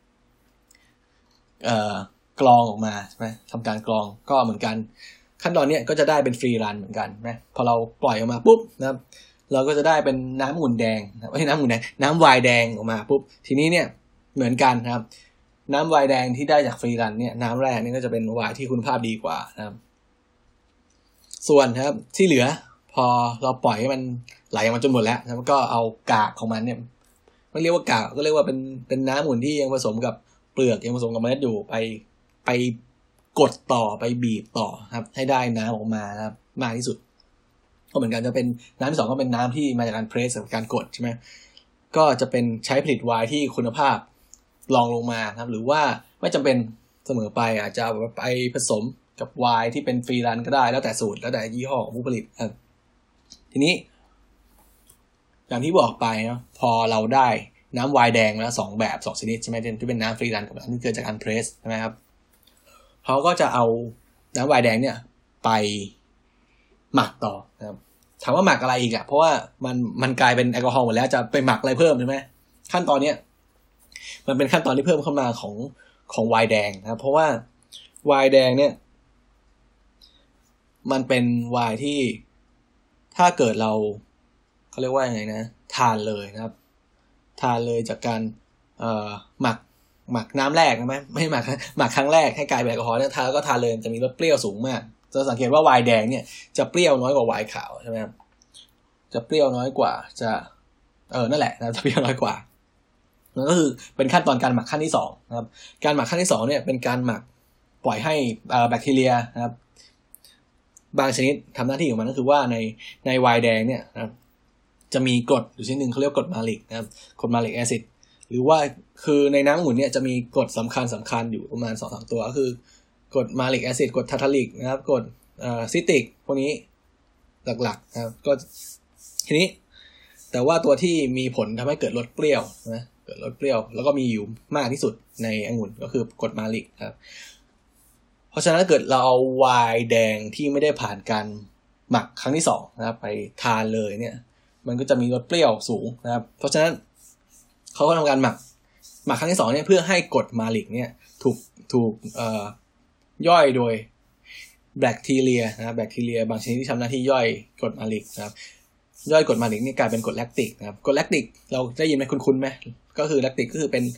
กรองออกมาใช่ไหมทำการกรองก็เหมือนกันขั้นตอนนี้ก็จะได้เป็นฟรีรันเหมือนกันนะพอเราปล่อยออกมาปุ๊บนะครับเราก็จะได้เป็นน้ำองุ่นแดงไม่ใช่น้ำองุ่นแดงน้ำไวน์แดงออกมาปุ๊บทีนี้เนี่ยเหมือนกันนะครับน้ำไวน์แดงที่ได้จากฟรีรันเนี่ยน้ำแรกนี่ก็จะเป็นไวน์ที่คุณภาพดีกว่านะครับส่วนครับที่เหลือพอเราปล่อยให้มันไหลออกมาจนหมดแล้วแล้วก็เอากากของมันเนี่ยไม่เรียกว่ากากก็เรียกว่าเป็นน้ำองุ่นที่ยังผสมกับเปลือกยังผสมกับเมล็ดอยู่ไปกดต่อไปบีบต่อครับให้ได้น้ำออกมานะครับมากที่สุดก็เหมือนกันจะเป็นน้ำที่2ก็เป็นน้ำที่มาจากการเพรสกับการกดใช่ไหมก็จะเป็นใช้ผลิตไวน์ที่คุณภาพรองลงมาครับหรือว่าไม่จำเป็นเสมอไปอาจจะไปผสมกับไวน์ที่เป็นฟรีแลนซ์ก็ได้แล้วแต่สูตรแล้วแต่ยี่ห้อของผู้ผลิตครับทีนี้อย่างที่บอกไปนะพอเราได้น้ำไวน์แดงแล้ว2แบบ2ชนิดใช่ไหมที่เป็นน้ำฟรีแลนซ์กับน้ำที่เกิดจากการเพรสใช่ไหมครับเขาก็จะเอาน้ำไวน์แดงเนี่ยไปหมักต่อนะครับถามว่าหมักอะไรอีกอ่ะเพราะว่ามันกลายเป็นแอลกอฮอล์หมดแล้วจะไปหมักอะไรเพิ่มใช่ไหมขั้นตอนเนี้ยมันเป็นขั้นตอนที่เพิ่มเข้ามาของไวน์แดงนะครับเพราะว่าไวน์แดงเนี่ยมันเป็นไวน์ที่ถ้าเกิดเขาเรียกว่ายังไงนะทานเลยนะครับทานเลยจากการหมักน้ำแรกใช่ไหมไม่หมักครั้งแรกให้กลายเป็นแอลกอฮอล์เนี่ยทานแล้วก็ทานเลยจะมีรสเปรี้ยวสูงมากจะสังเกตว่าไวน์แดงเนี่ยจะเปรี้ยวน้อยกว่าไวน์ขาวใช่ไหมครับจะเปรี้ยวน้อยกว่าจะนั่นแหละนะจะเปรี้ยวน้อยกว่านั่นก็คือเป็นขั้นตอนการหมักขั้นที่2นะครับการหมักขั้นที่2เนี่ยเป็นการหมักปล่อยให้แบคทีเรียนะครับบางชนิดทำหน้าที่ของมันก็คือว่าในไวน์แดงเนี่ยนะครับจะมีกรดอยู่ชนิดนึงเขาเรียกกรดมาลิกนะครับกรดมาลิกแอซิดหรือว่าคือในน้ำองุ่นเนี่ยจะมีกรดสำคัญอยู่ประมาณ 2-3 ตัวก็คือกรดมาลิกแอซิดกรดทาร์ทาลิกนะครับกรดซิตริกพวกนี้หลักๆนะครับก็ทีนี้แต่ว่าตัวที่มีผลทำให้เกิดรสเปรี้ยวนะเกิดรสเปรี้ยวแล้วก็มีอยู่มากที่สุดในองุ่นก็คือกรดมาลิกครับเพราะฉะนั้นถ้าเกิดเราเอาไวน์แดงที่ไม่ได้ผ่านการหมักครั้งที่2นะครับไปทานเลยเนี่ยมันก็จะมีรสเปรี้ยวสูงนะครับเพราะฉะนั้นเขาก็ทำการหมักครั้งที่2เนี่ยเพื่อให้กรดมาลิกเนี่ยถูกย่อยโดยแบคทีเรียนะครับแบคทีเรียบางชนิดที่ทำหน้าที่ย่อยกรดมาลิกนะครับย่อยกรดมาลิกนี่กลายเป็นกรดแลคติกนะครับกรดแลคติกเราได้ยินไหมคุ้นๆไหมก็คือแลคติกก็คือเป็น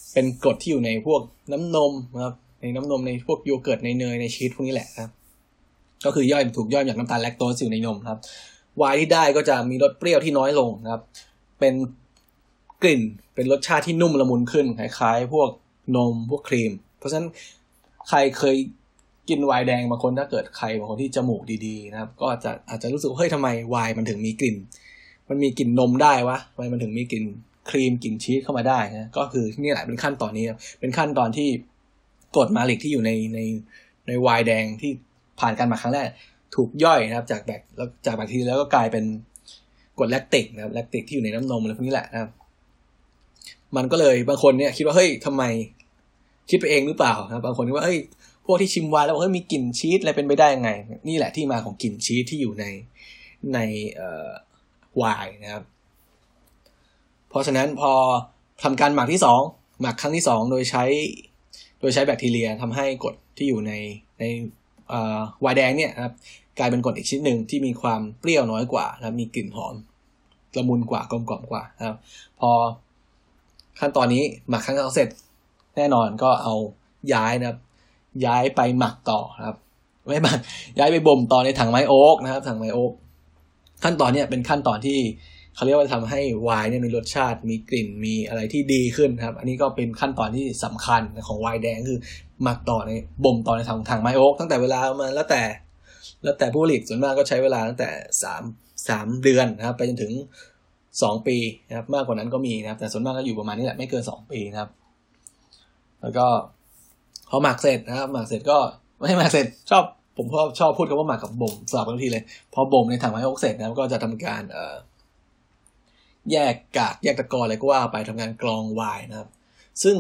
เป็นกรดที่อยู่ในพวกน้ำนมนะครับในน้ำนมในพวกโยเกิร์ตในเนยในชีสพวกนี้แหละครับก็คือถูกย่อยจากน้ำตาลแลคโตสอยู่ในนมครับไวน์ที่ได้ก็จะมีรสเปรี้ยวที่น้อยลงนะครับเป็นกลิ่นเป็นรสชาติที่นุ่มละมุนขึ้นคล้ายๆพวกนมพวกครีมเพราะฉะนั้นใครเคยกินไวน์แดงบางคนถ้าเกิดใครบางคนที่จมูกดีๆนะครับก็อาจจะรู้สึกเฮ้ยทำไมไวน์มันถึงมีกลิ่นมันมีกลิ่นนมได้วะทำไมมันถึงมีกลิ่นครีมกลิ่นชีสเข้ามาได้นะก็คือนี่แหละเป็นขั้นตอนนี้เป็นขั้นตอนที่กรดมาลิกที่อยู่ในไวน์แดงที่ผ่านการหมักครั้งแรกถูกย่อยนะครับจากแบคทีเรียแล้วก็กลายเป็นกรดแลคติกนะครับแลคติกที่อยู่ในน้ำนมอะไรพวกนี้แหละนะครับมันก็เลยบางคนเนี่ยคิดว่าเฮ้ยทำไมคิดไปเองหรือเปล่านะบางคนคิดว่าเฮ้ยพวกที่ชิมไวน์แล้วเฮ้ยมีกลิ่นชีสอะไรเป็นไปได้ยังไงนี่แหละที่มาของกลิ่นชีสที่อยู่ในไวน์นะครับเพราะฉะนั้นพอทำการหมักที่2หมักครั้งที่2โดยใช้แบคทีเรียทำให้กรดที่อยู่ในไวน์แดงเนี่ยครับกลายเป็นกรดอีกชนิดหนึ่งที่มีความเปรี้ยวน้อยกว่านะครับมีกลิ่นหอมละมุนกว่ากลมกล่อมกว่านะครับพอขั้นตอนนี้หมักครั้งที่2เสร็จแน่นอนก็เอาย้ายไปหมักต่อนะครับไม่หมักย้ายไปบ่มต่อในถังไม้โอ๊กนะครับถังไม้โอ๊กขั้นตอนนี้เป็นขั้นตอนที่เขาเรียกว่าทำให้ไวน์เนี่ยมีรสชาติมีกลิ่นมีอะไรที่ดีขึ้นครับอันนี้ก็เป็นขั้นตอนที่สำคัญของไวน์แดงคือหมักต่อในบ่มต่อในถังไม้โอ๊กตั้งแต่เวลามาแล้วแต่ผู้ผลิตส่วนมากก็ใช้เวลาตั้งแต่3เดือนนะครับไปจนถึง2ปีนะครับมากกว่านั้นก็มีนะครับแต่ส่วนมากก็อยู่ประมาณนี้แหละไม่เกิน2ปีนะครับแล้วก็พอหมักเสร็จนะครับหมักเสร็จก็ไม่ให้หมักเสร็จผมชอบพูดคำว่าหมักกับบ่มสลับกันทุกทีเลยพอบ่มในถังไม้โอ๊กเสร็จนะครับก็จะทำการแยกกากแยกตะกอนอะไรก็ว่าไปทำงานกรองไวน์นะครับซึ่ง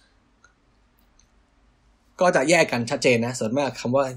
ก็จะแยกกันชัดเจนนะส่วนมากคำว่า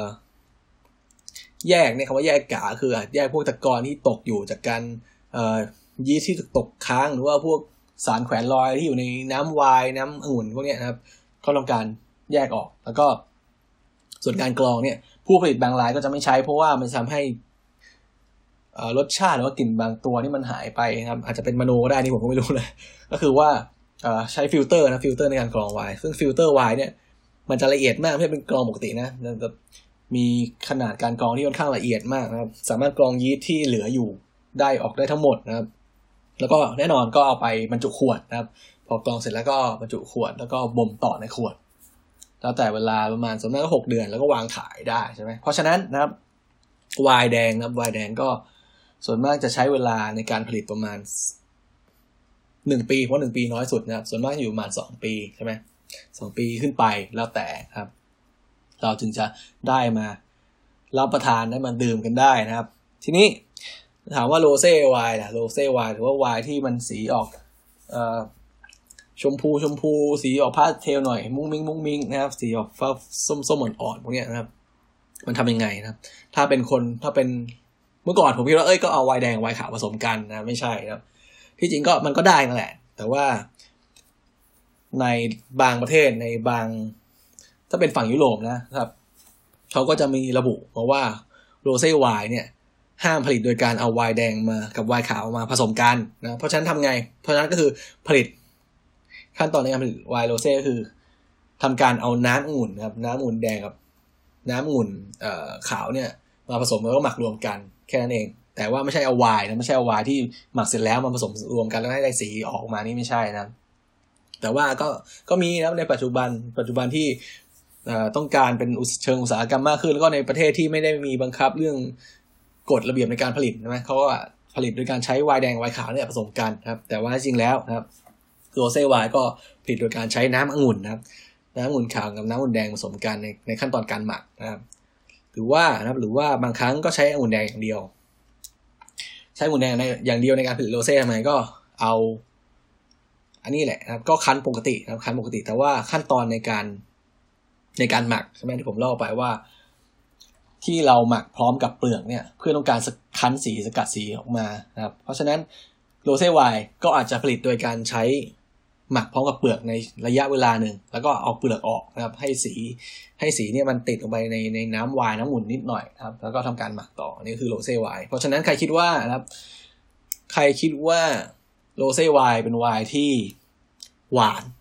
แยกเนี่ยคำว่าแยกกากคือแยกพวกตะกอนที่ตกอยู่จากการยีสต์ที่ตกค้างหรือว่าพวกสารแขวนลอยที่อยู่ในน้ำไวน์น้ำองุ่นพวกนี้นะครับเขาต้องการแยกออกแล้วก็ส่วนการกรองเนี่ยผู้ผลิตบางรายก็จะไม่ใช้เพราะว่ามันทำให้รสชาติหรือว่ากลิ่นบางตัวนี่มันหายไปนะครับอาจจะเป็นมโนก็ได้นี่ผมก็ไม่รู้เลยก็คือว่าใช้ฟิลเตอร์ในการกรองไวน์ซึ่งฟิลเตอร์ไวน์เนี่ยมันจะละเอียดมากไม่ใช่เป็นกรองปกตินะจะมีขนาดการกรองที่ค่อนข้างละเอียดมากนะครับสามารถกรองยีสต์ที่เหลืออยู่ได้ออกได้ทั้งหมดนะครับแล้วก็แน่นอนก็เอาไปบรรจุขวดนะครับพอกรองเสร็จแล้วก็บรรจุขวดแล้วก็บ่มต่อในขวดแล้วแต่เวลาประมาณส่วนมากก็6 เดือนแล้วก็วางขายได้ใช่ไหมเพราะฉะนั้นนะครับไวน์แดงนะครับไวน์แดงก็ส่วนมากจะใช้เวลาในการผลิตประมาณ1 ปีเพราะ1 ปีน้อยสุดนะครับส่วนมากอยู่ประมาณ2 ปีใช่ไหม2 ปีขึ้นไปแล้วแต่ครับเราจึงจะได้มารับประทานได้มาดื่มกันได้นะครับทีนี้ถามว่าโรเซ่ไวน์โรเซ่ไวน์หรือว่าไวน์ที่มันสีออกชมพูสีออกพาสเทลหน่อยมุ้งมิ้งนะครับสีออกฟ้าส้มอ่อนๆพวกนี้นะครับมันทำยังไงนะครับถ้าเป็นเมื่อก่อนผมคิดว่าก็เอาไวน์แดงไวน์ขาวผสมกันนะไม่ใช่ครับที่จริงก็มันก็ได้นั่นแหละแต่ว่าในบางประเทศในบางถ้าเป็นฝั่งยุโรปนะครับเขาก็จะมีระบุมาว่าโรเซ่ไวน์เนี่ยห้ามผลิตโดยการเอาไวน์แดงมากับไวน์ขาวมาผสมกันนะเพราะฉะนั้นทำไงเพราะฉะนั้นก็คือผลิตขั้นตอนในการผลิตไวน์โรเซ่ก็คือทำการเอาน้ำองุ่นนะครับน้ำองุ่นแดงกับน้ำองุ่นขาวเนี่ยมาผสมแล้วก็หมักรวมกันแค่นั้นเองแต่ว่าไม่ใช่เอาไวน์นะไม่ใช่เอาไวน์ที่หมักเสร็จแล้วมาผสมรวมกันแล้วให้ได้สีออกมานี่ไม่ใช่นะแต่ว่าก็มีนะในปัจจุบันที่ต้องการเป็นเชิงอุตสาหกรรมมากขึ้นแล้วก็ในประเทศที่ไม่ได้มีบังคับเรื่องกฎระเบียบในการผลิตใช่ไหมเขาก็ผลิตโดยการใช้ไวน์แดงไวน์ขาวเนี่ยผสมกันครับแต่ว่าจริงแล้วนะครับโรเซ่ไวน์ก็ผลิตโดยการใช้น้ำองุ่นนะครับน้ำองุ่นขาวกับน้ำองุ่นแดงผสมกันในขั้นตอนการหมักนะครับหรือว่าบางครั้งก็ใช้องุ่นแดงอย่างเดียวใช้องุ่นแดงอย่างเดียวในการผลิตโรเซ่ทำไมก็เอาอันนี้แหละนะครับก็คั้นปกตินะครับคั้นปกติแต่ว่าขั้นตอนในการหมักใช่ไหมที่ผมเล่าไปว่าที่เราหมักพร้อมกับเปลือกเนี่ยเพื่อต้องการคั้นสีสกัดสีออกมานะครับเพราะฉะนั้นโรเซ่ไวน์ก็อาจจะผลิตโดยการใช้หมักพร้อมกับเปลือกในระยะเวลาหนึ่งแล้วก็เอาเปลือกออกนะครับให้สีเนี่ยมันติดลงไปในน้ำไวน์น้ำองุ่นนิดหน่อยครับแล้วก็ทำการหมักต่อนี่คือโรเซ่ไวน์เพราะฉะนั้นใครคิดว่าโรเซ่ไวน์เป็นไวน์ที่หวาน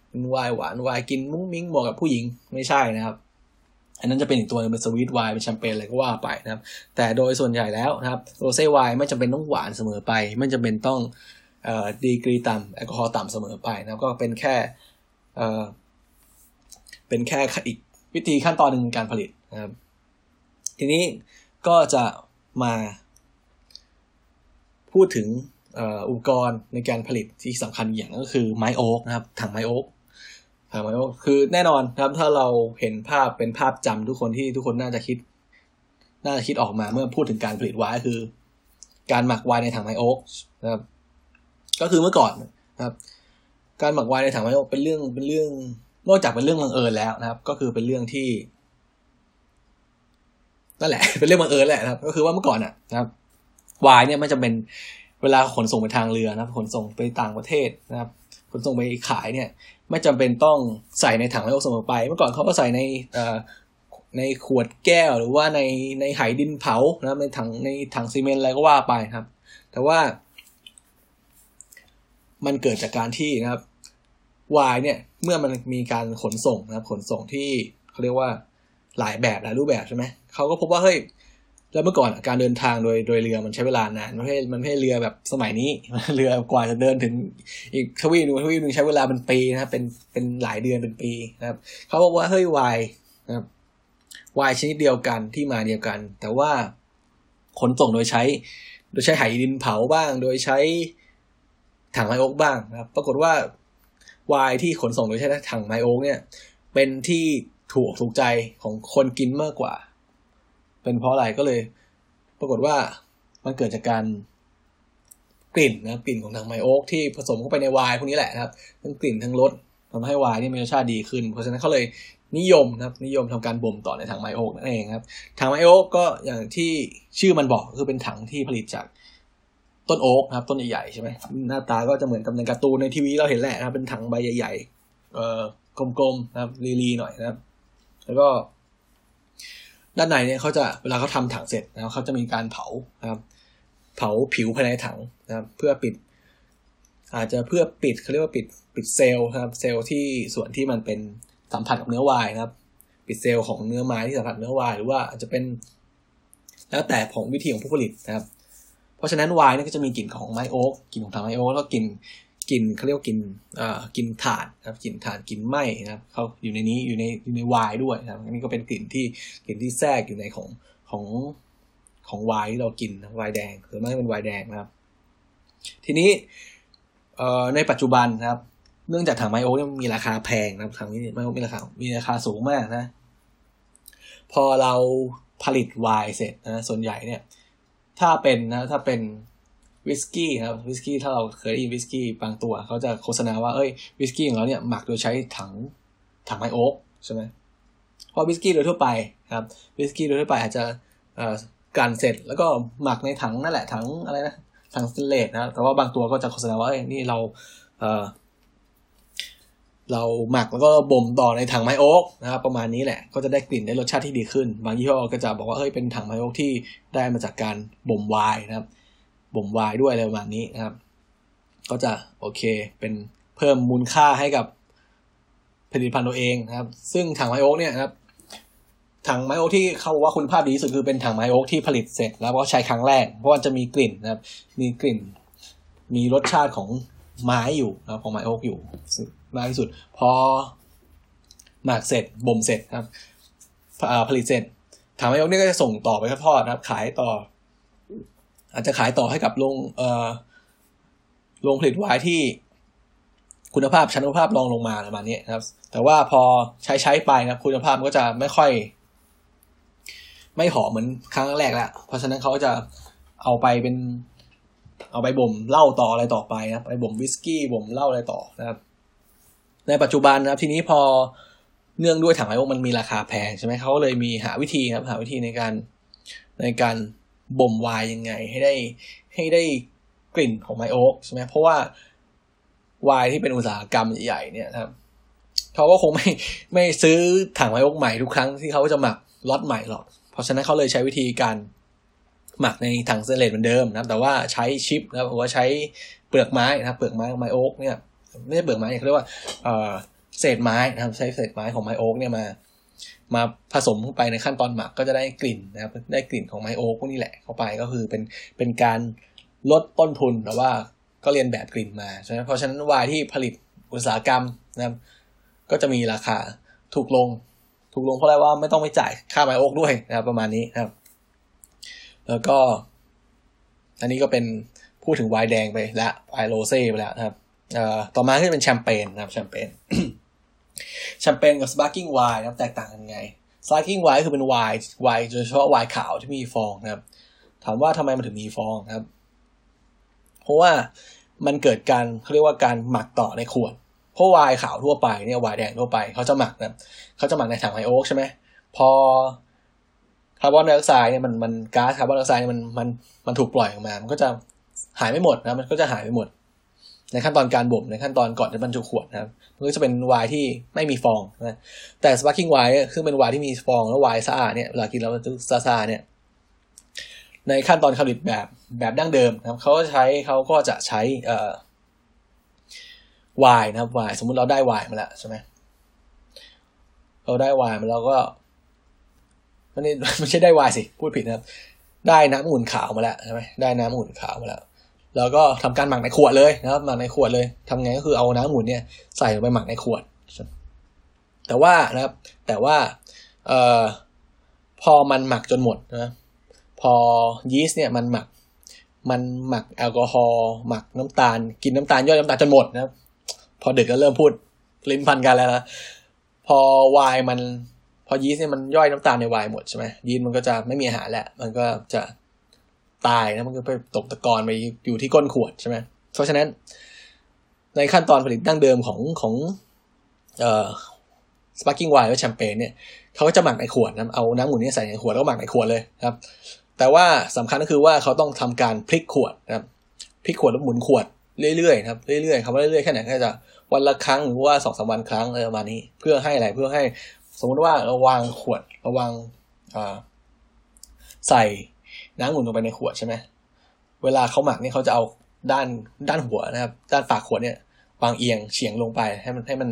เป็นไวน์หวานไวน์กินมุ้งมิ้งเหมาะกับผู้หญิงไม่ใช่นะครับอันนั้นจะเป็นอีกตัวนึงเป็นสวีทไวน์เป็นแชมเปญอะไรก็ว่าไปนะครับแต่โดยส่วนใหญ่แล้วนะครับโรเซ่ไวน์ไม่จำเป็นต้องหวานเสมอไปไม่จำเป็นต้องดีกรีต่ำแอลกอฮอล์ต่ำเสมอไปนะครับก็เป็นแค่อีกวิธีขั้นตอนหนึ่งในการผลิตนะครับทีนี้ก็จะมาพูดถึงอุปกรณ์ในการผลิตที่สำคัญอย่างก็คือไม้โอ๊กนะครับถังไม้โอ๊กคือแน่นอนครับถ้าเราเห็นภาพเป็นภาพจำทุกคนน่าจะคิดออกมาเมื่อพูดถึงการผลิตไวน์คือ การหมักไวน์ในถังไม้โอ๊กนะครับก็คือเมื่อก่อนนะครับการหมักไวน์ในถังไม้โอ๊กเป็นเรื่องนอกจากเป็นเรื่องบังเอิญแล้วนะครับก็คือเป็นเรื่องที่นั่นแหละ เป็นเรื่องบังเอิญแหละนะครับก็คือว่าเมื่อก่อนนะครับไวน์เนี่ยมันจะเป็นเวลาขนส่งไปทางเรือนะครับขนส่งไปต่างประเทศนะครับขนส่งไปขายเนี่ยไม่จำเป็นต้องใส่ในถังไม้โอ๊กเสมอไปเมื่อก่อนเขาก็ใส่ในขวดแก้วหรือว่าในไหดินเผานะครับในถังซีเมนต์อะไรก็ว่าไปครับแต่ว่ามันเกิดจากการที่นะครับไวน์เนี่ยเมื่อมันมีการขนส่งนะครับขนส่งที่เขาเรียกว่าหลายรูปแบบใช่ไหมเขาก็พบว่าเฮ้ยแล้วเมื่อก่อนการเดินทางโดยเรือมันใช้เวลานานมันไม่ใช่เรือแบบสมัยนี้เรือกว่าจะเดินถึงอีกทวีปนึงใช้เวลาเป็นปีนะครับเป็นหลายเดือนเป็นปีนะครับเขาบอกว่าเฮ้ยไวน์นะครับไวน์ชนิดเดียวกันที่มาเดียวกันแต่ว่าขนส่งโดยใช้ไหดินเผาบ้างโดยใช้ถังไม้โอ๊กบ้างนะครับปรากฏว่าไวน์ที่ขนส่งโดยใช้ถังไม้โอ๊กเนี่ยเป็นที่ถูกใจของคนกินมากกว่าเป็นเพราะอะไรก็เลยปรากฏว่ามันเกิดจากการกลิ่นนะกลิ่นของถังไม้โอ๊กที่ผสมเข้าไปในไวน์พวกนี้แหละนะครับทั้งกลิ่นทั้งรสทำให้ไวน์นี่มีรสชาติดีขึ้นเพราะฉะนั้นเขาเลยนิยมทำการบ่มต่อในถังไม้โอ๊กนั่นเองครับถังไม้โอ๊กก็อย่างที่ชื่อมันบอกคือเป็นถังที่ผลิตจากต้นโอ๊กนะครับต้นใหญ่ๆใช่ไหมหน้าตาก็จะเหมือนกับในการ์ตูนในทีวีเราเห็นแหละนะครับเป็นถังใบใหญ่ๆกลมๆนะครับรีๆหน่อยนะครับแล้วก็ด้านในเนี่ยเขาจะเวลาเขาทำถังเสร็จนะครับเขาจะมีการเผานะครับเผาผิวภายในถังนะครับเพื่อปิดอาจจะเพื่อปิดเขาเรียกว่าปิดเซลล์นะครับเซลล์ที่ส่วนที่มันเป็นสัมผัสกับเนื้อไวน์นะครับปิดเซลล์ของเนื้อไม้ที่สัมผัสเนื้อไวน์หรือว่าอาจจะเป็นแล้วแต่ของวิธีของผู้ผลิตนะครับเพราะฉะนั้นไวน์นี่ก็จะมีกลิ่นของไม้โอ๊กกลิ่นของถังไม้โอ๊กแล้วก็กลิ่นเขาเรียกว่ากลิ่นถ่านนะครับกลิ่นถ่านกลิ่นไหม้นะครับเขาอยู่ในนี้อยู่ในไวน์ด้วยนะครับอันนี้ก็เป็นกลิ่นที่แทรกอยู่ในของไวน์ที่เรากินไวน์แดงหรือไม่เป็นไวน์แดงนะครับทีนี้ในปัจจุบันนะครับเนื่องจากถังไม้โอ๊กเนี่ยมีราคาแพงนะครับถังนี้ไม้โอ๊กมีราคาสูงมากนะพอเราผลิตไวน์เสร็จนะส่วนใหญ่เนี่ยถ้าเป็นวิสกี้นะครับวิสกี้ถ้าเราเคยได้ยินวิสกี้บางตัวเขาจะโฆษณาว่าวิสกี้ของเราเนี่ยหมักโดยใช้ถังไม้โอ๊กใช่ไหมเพราะวิสกี้โดยทั่วไปครับวิสกี้โดยทั่วไปอาจจะกันเสร็จแล้วก็หมักในถังนั่นแหละถังอะไรนะถังสแตนเลสนะแต่ว่าบางตัวก็จะโฆษณาว่านี่เราหมักแล้วก็บ่มต่อในถังไม้โอ๊กนะครับประมาณนี้แหละก็จะได้กลิ่นได้รสชาติที่ดีขึ้นบางยี่ห้อก็จะบอกว่าเป็นถังไม้โอ๊กที่ได้มาจากการบ่มไวน์นะครับบ่มไวน์ด้วยอะไรประมาณนี้นะครับก็จะโอเคเป็นเพิ่มมูลค่าให้กับผลิตภัณฑ์ตัวเองนะครับซึ่งถังไม้โอ๊กเนี่ยนะครับถังไม้โอ๊กที่เขาบอกว่าคุณภาพดีที่สุดคือเป็นถังไม้โอ๊กที่ผลิตเสร็จแล้วก็ใช้ครั้งแรกเพราะว่าจะมีกลิ่นนะครับมีกลิ่นมีรสชาติของไม้อยู่นะครับของไม้โอ๊กอยู่มากที่สุดพอหมักเสร็จบ่มเสร็จครับผลิตเสร็จถังไม้โอ๊กนี่ก็จะส่งต่อไปทอดนะครับขายต่ออาจจะขายต่อให้กับโรงผลิตไวน์ที่คุณภาพชั้นคุณภาพรองลงมาประมาณนี้นะครับแต่ว่าพอใช้ไปนะคุณภาพมันก็จะไม่หอมเหมือนครั้งแรกแล้วเพราะฉะนั้นเขาจะเอาไปบ่มเหล้าต่ออะไรต่อไปนะไปบ่มวิสกี้บ่มเหล้าอะไรต่อนะครับในปัจจุบันนะครับทีนี้พอเนื่องด้วยถังไม้โอ๊กมันมีราคาแพงใช่ไหมเขาเลยมีหาวิธีในการบ่มไวน์ยังไงให้ได้กลิ่นของไม้โอ๊กใช่ไหมเพราะว่าไวน์ที่เป็นอุตสาหกรรมใหญ่ๆเนี่ยครับเขาก็คงไม่ซื้อถังไม้โอ๊กใหม่ทุกครั้งที่เขาจะหมักล็อตใหม่หรอกเพราะฉะนั้นเขาเลยใช้วิธีการหมักในถังสแตนเลสเหมือนเดิมนะครับแต่ว่าใช้ชิปนะครับหรือว่าใช้เปลือกไม้นะครับเปลือกไม้ไม้โอ๊กเนี่ยไม่ใช่เปลือกไม้เขาเรียกว่าเศษไม้นะครับใช้เศษไม้ของไม้โอ๊กเนี่ยมาผสมเข้าไปในขั้นตอนหมักก็จะได้กลิ่นนะครับได้กลิ่นของไม้โอ๊กพวกนี้แหละเข้าไปก็คือเป็นการลดต้นทุนแต่ว่าก็เรียนแบบกลิ่นมาใช่ไหมเพราะฉะนั้นไวน์ที่ผลิตอุตสาหกรรมนะครับก็จะมีราคาถูกลงเพราะอะไรว่าไม่ต้องไปจ่ายค่าไม้โอ๊กด้วยนะครับประมาณนี้นะครับแล้วก็อันนี้ก็เป็นพูดถึงไวน์แดงไปแล้วไวน์โรเซ่ไปแล้วนะครับต่อมาก็จะเป็นแชมเปญนะครับแชมเปญ แชมเปญกับสปาร์กิ้งไวน์นะครับแตกต่างกันไงสปาร์กิ้งไวน์คือเป็นไวน์โดยเฉพาะไวน์ขาวที่มีฟองนะครับถามว่าทำไมมันถึงมีฟองนะครับเพราะว่ามันเกิดการเขาเรียกว่าการหมักต่อในขวดเพราะไวน์ขาวทั่วไปเนี่ยไวน์แดงทั่วไปเขาจะหมักนะเขาจะหมักในถังไอโอ๊กใช่ไหมพอคาร์บอนไดออกไซด์เนี่ยมันก๊าซคาร์บอนไดออกไซด์เนี่ยมันถูกปล่อยออกมามันก็จะหายไม่หมดนะมันก็จะหายไปหมดในขั้นตอนการบ่มในขั้นตอนก่อนจะบรรจุขวดนะครับมันก็จะเป็นไวน์ที่ไม่มีฟองนะแต่สปาร์กิ้งไวน์ซึ่งเป็นไวน์ที่มีฟองแล้วไวน์สะอาดเนี่ยเวลากินแล้วมันจะซ่าๆเนี่ยในขั้นตอนผลิตแบบดั้งเดิมนะครับเขาก็จะใช้ไวน์นะครับไวน์สมมุติเราได้ไวน์มาแล้วใช่ไหมเราได้ไวน์มาแล้วก็ไม่ใช่ได้ไวน์สิพูดผิดนะครับได้น้ำองุ่นขาวมาแล้วใช่ไหมได้น้ำองุ่นขาวมาแล้วก็ทำการหมักในขวดเลยนะครับหมักในขวดเลยทำไงก็คือเอาน้ำองุ่นเนี่ยใส่ลงไปหมักในขวดแต่ว่าพอมันหมักจนหมดนะพอยีสต์เนี่ยมันหมักแอลกอฮอล์หมักน้ำตาลกินน้ำตาลย่อยน้ำตาลจนหมดนะครับพอดึกก็เริ่มพูดลิ้นพันกันแล้วนะพอยีสต์เนี่ยมันย่อยน้ำตาลในไวน์หมดใช่ไหมยีสต์มันก็จะไม่มีอาหารแล้วมันก็จะตายนะมันก็ไปตกตะกอนไปอยู่ที่ก้นขวดใช่ไหมเพราะฉะนั้นในขั้นตอนผลิตดั้งเดิมของสปาร์กิ้งไวน์หรือแชมเปญเนี่ยเขาก็จะหมักในขวดนะเอาน้ำองุ่นนี่ใส่ในขวดแล้วก็หมักในขวดเลยครับแต่ว่าสำคัญก็คือว่าเขาต้องทำการพลิกขวดนะครับพลิกขวดแล้วหมุนขวดเรื่อยๆครับเรื่อยๆคำว่าเรื่อยๆแค่ไหนก็จะวันละครั้งหรือว่า 2-3 วันครั้งอะไรประมาณนี้เพื่อให้อะไรเพื่อให้สมมติว่าเราวางขวดเราวางใส่น้ำองุ่นลงไปในขวดใช่ไหมเวลาเขาหมักเนี่ยเขาจะเอาด้านหัวนะครับด้านปากขวดเนี่ยวางเอียงเฉียงลงไปให้มัน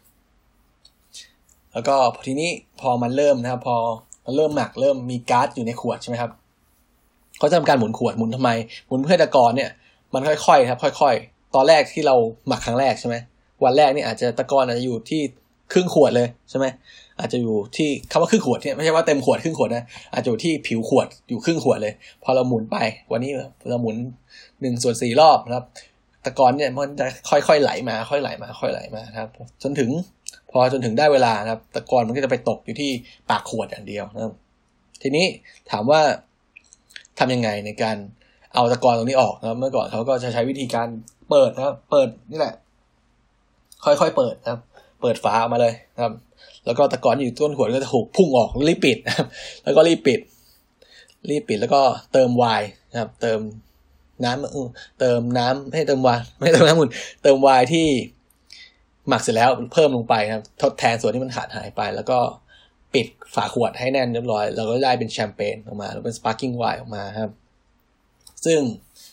แล้วก็ทีนี้พอมันเริ่มนะครับพอมันเริ่มหมักเริ่มมีก๊าซอยู่ในขวดใช่ไหมครับเขาจะทำการหมุนขวดหมุนทำไมหมุนเพื่อตะกอนเนี่ยมันค่อยๆครับค่อยๆตอนแรกที่เราหมักครั้งแรกใช่ไหมวันแรกนี่อาจจะตะกอนอาจจะอยู่ที่ครึ่งขวดเลยใช่ไหมอาจจะอยู่ที่คำว่าครึ่งขวดเนี่ยไม่ใช่ว่าเต็มขวดครึ่งขวดนะอาจจะอยู่ที่ผิวขวดอยู่ครึ่งขวดเลยพอเราหมุนไปวันนี้เราหมุน1/4 รอบนะครับตะกอนเนี่ยมันจะค่อยๆไหลมาค่อยไหลมาค่อยไหลมาครับจนถึงได้เวลานะครับตะกอนมันก็จะไปตกอยู่ที่ปากขวดอย่างเดียวนะครับทีนี้ถามว่าทำยังไงในการเอาตะกอนตรงนี้ออกนะครับเมื่อก่อนเขาก็จะใช้วิธีการเปิดนะครับเปิดนี่แหละค่อยๆเปิดนะครับเปิดฝาออกมาเลยนะครับแล้วก็ตะกอนอยู่ต้นขวดก็จะถูกพุ่งออกรีบปิดนะครับแล้วก็รีบปิดแล้วก็เติมไวน์นะครับเติมน้ำให้เติมไวน์ไม่เติมน้ำอุ่นเติมไวน์ที่หมักเสร็จแล้วเพิ่มลงไปนะครับทดแทนส่วนที่มันขาดหายไปแล้วก็ปิดฝาขวดให้แน่นเรียบร้อยเราก็ได้เป็นแชมเปญออกมาแล้วเป็นสปาร์กิ้งไวน์ออกมาครับซึ่ง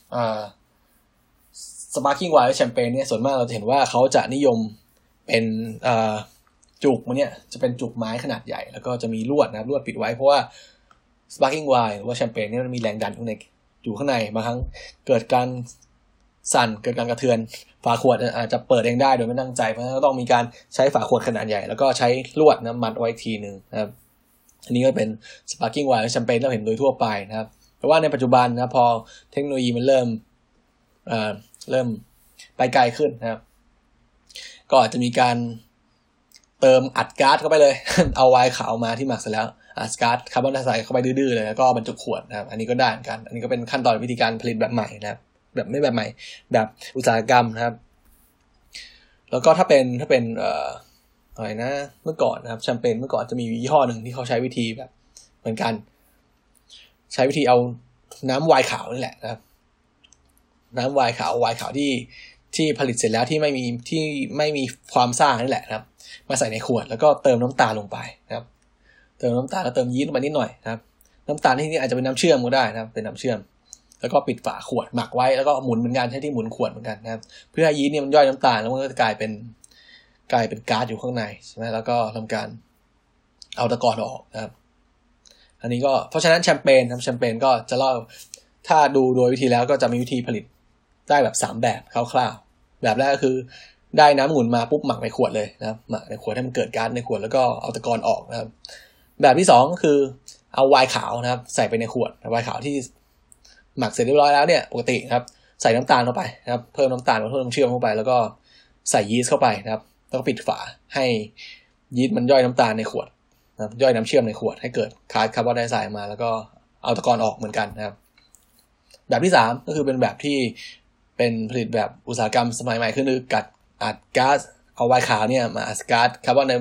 สปาร์กิ้งไวน์และแชมเปญเนี่ยส่วนมากเราจะเห็นว่าเขาจะนิยมเป็นจุกมันเนี่ยจะเป็นจุกไม้ขนาดใหญ่แล้วก็จะมีลวดนะลวดปิดไว้เพราะว่าสปาร์กิ้งไวน์หรือว่าแชมเปญเนี่ยมันมีแรงดันอยู่ข้างในบางครั้งเกิดการสั่นเกิดการกระเทือนฝาขวดอาจจะเปิดเองได้โดยไม่ตั้งใจเพราะฉะนั้นก็ต้องมีการใช้ฝาขวดขนาดใหญ่แล้วก็ใช้ลวดนะมัดไว้ทีนึงนะครับอันนี้ก็เป็นสปาร์กิ้งไวน์และแชมเปญเราเห็นโดยทั่วไปนะครับแต่ว่าในปัจจุบันนะพอเทคโนโลยีมันเริ่มไปไกลขึ้นนะครับก็อาจจะมีการเติมอัดก๊าซเข้าไปเลย เอาไวน์ขาวมาที่หมักเสร็จแล้วอัดก๊าซคาร์บอนไดออกไซด์เข้าไปดื้อๆเลยแล้วก็บรรจุขวดนะครับอันนี้ก็ได้เหมือนกันอันนี้ก็เป็นขั้นตอนวิธีการผลิตแบบใหม่นะครับแบบไม่แบบใหม่แบบอุตสาหกรรมนะครับแล้วก็ถ้าเป็นอะไรนะเมื่อก่อนนะครับแชมเปญเมื่อก่อนจะมียี่ห้อหนึ่งที่เขาใช้วิธีแบบเหมือนกันใช้วิธีเอาน้ำไวน์ขาวนี่แหละนะครับน้ำไวน์ขาวที่ผลิตเสร็จแล้วที่ไม่มีความซ่านี่แหละนะครับมาใส่ในขวดแล้วก็เติมน้ำตาลลงไปนะครับเติมน้ำตาลแล้วเติมยีสต์ลงไปนิดหน่อยนะครับน้ำตาลที่นี่อาจจะเป็นน้ำเชื่อมก็ได้นะครับเป็นน้ำเชื่อมแล้วก็ปิดฝาขวดหมักไว้แล้วก็หมุนเหมือนกันใช้ที่หมุนขวดเหมือนกันนะครับเพื่อให้ยีสต์เนี่ยมันย่อยน้ำตาลแล้วมันก็จะกลายเป็นกลายเป็นก๊าซอยู่ข้างในใช่ไหมแล้วก็ทำการเอาตะกอนออกนะครับอันนี้ก็เพราะฉะนั้นแชมเปญก็จะเล่าถ้าดูโดยวิธีแล้วก็จะมีวิธีผลิตได้แบบ3แบบคร่าวๆแบบแรกก็คือได้น้ำองุ่นมาปุ๊บหมักในขวดเลยนะครับหมักในขวดให้มันเกิดก๊าซในขวดแล้วก็เอาตะกอนออกนะครับแบบที่2ก็คือเอาไวน์ขาวนะครับใส่ไปในขวดไวน์ขาวที่หมักเสร็จเรียบร้อยแล้วเนี่ยปกตินะครับใส่น้ำตาลเข้าไปนะครับเพิ่มน้ำตาลเพิ่มน้ำเชื่อมเข้าไปแล้วก็ใส่ยีสต์เข้าไปนะครับแล้วก็ปิดฝาให้ยีสต์มันย่อยน้ำตาลในขวดนะครับย่อยน้ำเชื่อมในขวดให้เกิดก๊าซคาร์บอนไดออกไซด์มาแล้วก็เอาตะกอนออกเหมือนกันนะครับแบบที่3ก็คือเป็นแบบที่เป็นผลิตแบบอุตสาหกรรมสมัยใหม่คืออัดก๊าซเอาไวน์ขาวเนี่ยมาอัดก๊าซคาร์บอน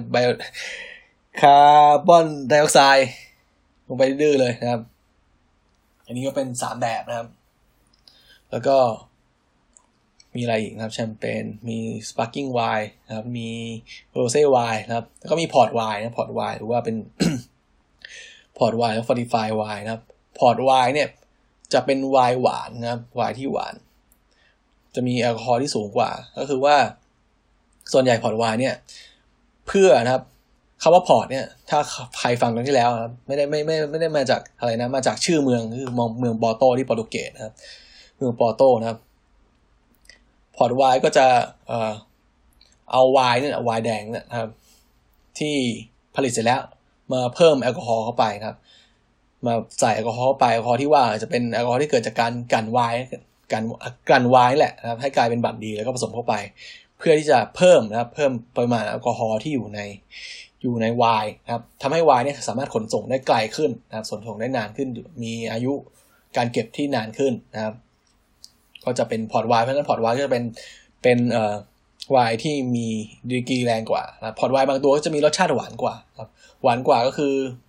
ไดออกไซด์ลงไปดื้อเลยนะครับอันนี้ก็เป็น3แบบนะครับแล้วก็มีอะไรอีกนะครับแชมเปญมีสปาร์กิ้งไวน์นะครับมีโรเซ่ไวน์นะครับแล้วก็มีพอร์ตไวน์นะพอร์ตไวน์หรือว่าเป็น พอร์ตไวน์แล้วฟอร์ติฟายไวน์นะครับพอร์ตไวน์เนี่ยจะเป็นไวน์หวานนะครับไวน์ที่หวานจะมีแอลกอฮอล์ที่สูงกว่าก็คือว่าส่วนใหญ่พอร์ตไวน์เนี่ยเพื่อนะครับคำว่าพอร์ตเนี่ยถ้าใครฟังครั้งที่แล้วนะครับไม่ได้มาจากอะไรนะมาจากชื่อเมืองคือเมืองปอร์โตที่โปรตุเกสนะครับเมืองปอร์โตนะครับพอร์ตไวน์ก็จะเอาไวน์เนี่ยไวน์แดงเนี่ยนะครับที่ผลิตเสร็จแล้วมาเพิ่มแอลกอฮอล์เข้าไปนะครับมาใส่แอลกอฮอล์เข้าไปแอลกอฮอล์ที่ว่าจะเป็นแอลกอฮอล์ที่เกิดจากการกลั่นไวน์แหละนะครับให้กลายเป็นบัดดีแล้วก็ผสมเข้าไปเพื่อที่จะเพิ่มนะครับเพิ่มปริมาณแอลกอฮอล์ที่อยู่ในไวน์นะครับทำให้ไวน์เนี่ยสามารถขนส่งได้ไกลขึ้นนะครับขนส่งได้นานขึ้นมีอายุการเก็บที่นานขึ้นนะครับก็จะเป็นพอร์ตไวน์เพราะฉะนั้นพอร์ตไวน์ก็จะเป็นไวน์ที่มีดีกรีแรงกว่าพอร์ตไวน์บางตัวก็จะมีรสชาติหวานกว่าครับหวานกว่าก็คือ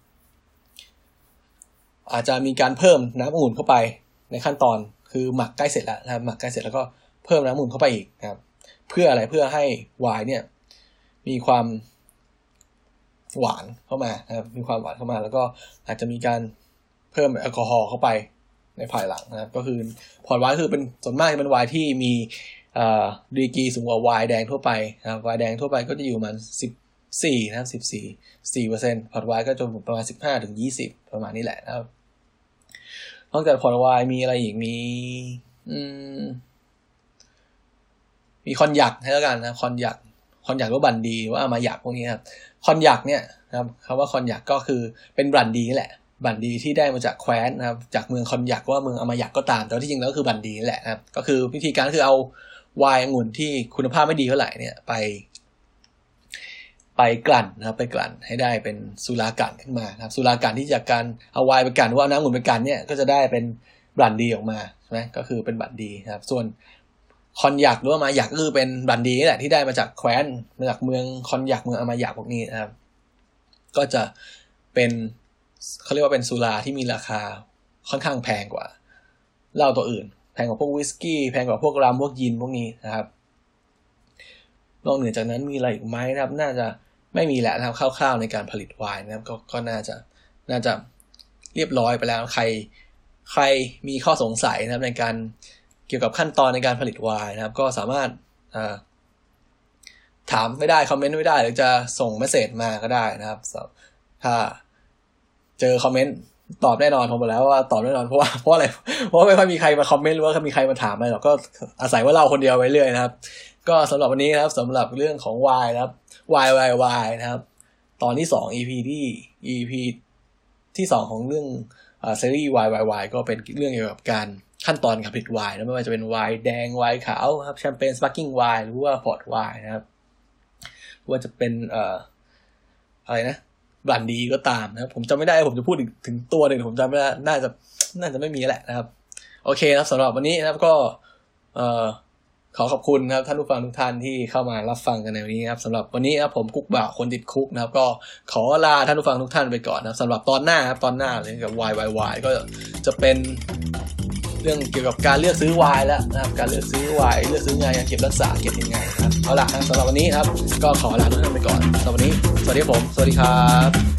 อาจจะมีการเพิ่มน้ำองุ่นเข้าไปในขั้นตอนคือหมักใกล้เสร็จแล้วนะครับหมักใกล้เสร็จแล้วก็เพิ่มน้ำองุ่นเข้าไปอีกนะครับเพื่ออะไรเพื่อให้ไวน์เนี่ยมีความหวานเข้ามานะครับมีความหวานเข้ามาแล้วก็อาจจะมีการเพิ่มแอลกอฮอล์เข้าไปในภายหลังนะครับก็คือพอร์ตไวน์คือเป็นส่วนมากจะเป็นไวน์ที่มีดีกรีสูงกว่าไวน์แดงทั่วไปนะครับไวน์แดงทั่วไปก็จะอยู่ประมาณ14นะครับ4%พอร์ตไวน์ก็จะประมาณ15ถึง20ประมาณนี้แหละนะครับนอกจากพอร์ตไวน์มีอะไรอีกมีคอนยักให้แล้วกันนะคอนยักหรือบันดีว่ามายักพวกนี้ครับคอนยักเนี่ยนะครับคำว่าคอนยักก็คือเป็นบันดีนี่แหละบันดีที่ได้มาจากแคว้นนะครับจากเมืองคอนยักว่าเมืองอามายักก็ตามแต่ที่จริงแล้วก็คือบันดีนี่แหละนะครับก็คือวิธีการคือเอาไวน์องุ่นที่คุณภาพไม่ดีเท่าไหร่เนี่ยไปกลั่นนะครับไปกลั่นให้ได้เป็นสุรากลั่นขึ้นมาครับสุรากลั่นที่จากการเอาไวน์ไปกลั่นว่าน้ำองุ่นไปกลั่นเนี่ยก็จะได้เป็นบันดีออกมาใช่ไหมก็คือเป็นบันดีนะครับส่วนคอนยักหรือว่ามายักก็คือเป็นบันดีนี่แหละที่ได้มาจากแคว้นมาจากเมืองคอนยักเมืองอามายักพวกนี้นะครับก็จะเป็นเขาเรียกว่าเป็นสุราที่มีราคาค่อนข้างแพงกว่าเหล้าตัวอื่นแพงกว่าพวกวิสกี้แพงกว่าพวกรัมพวกยินพวกนี้นะครับนอกเหนือจากนั้นมีอะไรอีกไหมนะครับน่าจะไม่มีแหละนะครับคร่าวๆในการผลิตไวน์นะครับก็น่าจะเรียบร้อยไปแล้วใครมีข้อสงสัยนะครับในการเกี่ยวกับขั้นตอนในการผลิตไวน์นะครับก็สามารถถามไม่ได้คอมเมนต์ไม่ได้หรือจะส่งเมสเสจมาก็ได้นะครับถ้าเจอคอมเมนต์ตอบแน่นอนผมบอกแล้วว่าตอบแน่นอนเพราะอะไรเพราะไม่ค่อยมีใครมาคอมเมนต์หรือว่ามีใครมาถามอะไรหรอกก็อาศัยว่าเราคนเดียวไปเรื่อยนะครับก็สำหรับวันนี้นะครับสำหรับเรื่องของไวน์นะครับวายนะครับตอนที่2 EP ที่2ของเรื่องซีรีส์วายก็เป็นเรื่องเกี่ยวกับการขั้นตอนการผลิตไวน์นะไม่ว่าจะเป็นไวน์แดงไวน์ขาวครับแชมเปญสปาร์กิ้งไวน์หรือว่าพอร์ตไวน์นะครับว่าจะเป็นอะไรนะบรันดีก็ตามนะครับผมจำไม่ได้ผมจะพูดถึงตัวหนึ่งผมจำไม่ได้น่าจะไม่มีแหละนะครับโอเคนะครับสำหรับวันนี้นะครับก็ขอขอบคุณนะครับท่านผู้ฟังทุกท่านที่เข้ามารับฟังกันในวันนี้ครับสำหรับวันนี้ครับผมกุ๊กบ่าวคนติดคุกนะครับก็ขอลาท่านผู้ฟังทุกท่านไปก่อนนะครับสำหรับตอนหน้าครับตอนหน้าเลยกับวายก็จะเป็นเรื่องเกี่ยวกับการเลือกซื้อไวน์แล้วนะครับการเลือกซื้อไวน์เลือกซื้อไงเก็บรักษาเก็บยังไงนะครับเอาล่ะสำหรับวันนี้ครับก็ขอลาทุกท่านไปก่อนสำหรับวันนี้สวัสดีครับผมสวัสดีครับ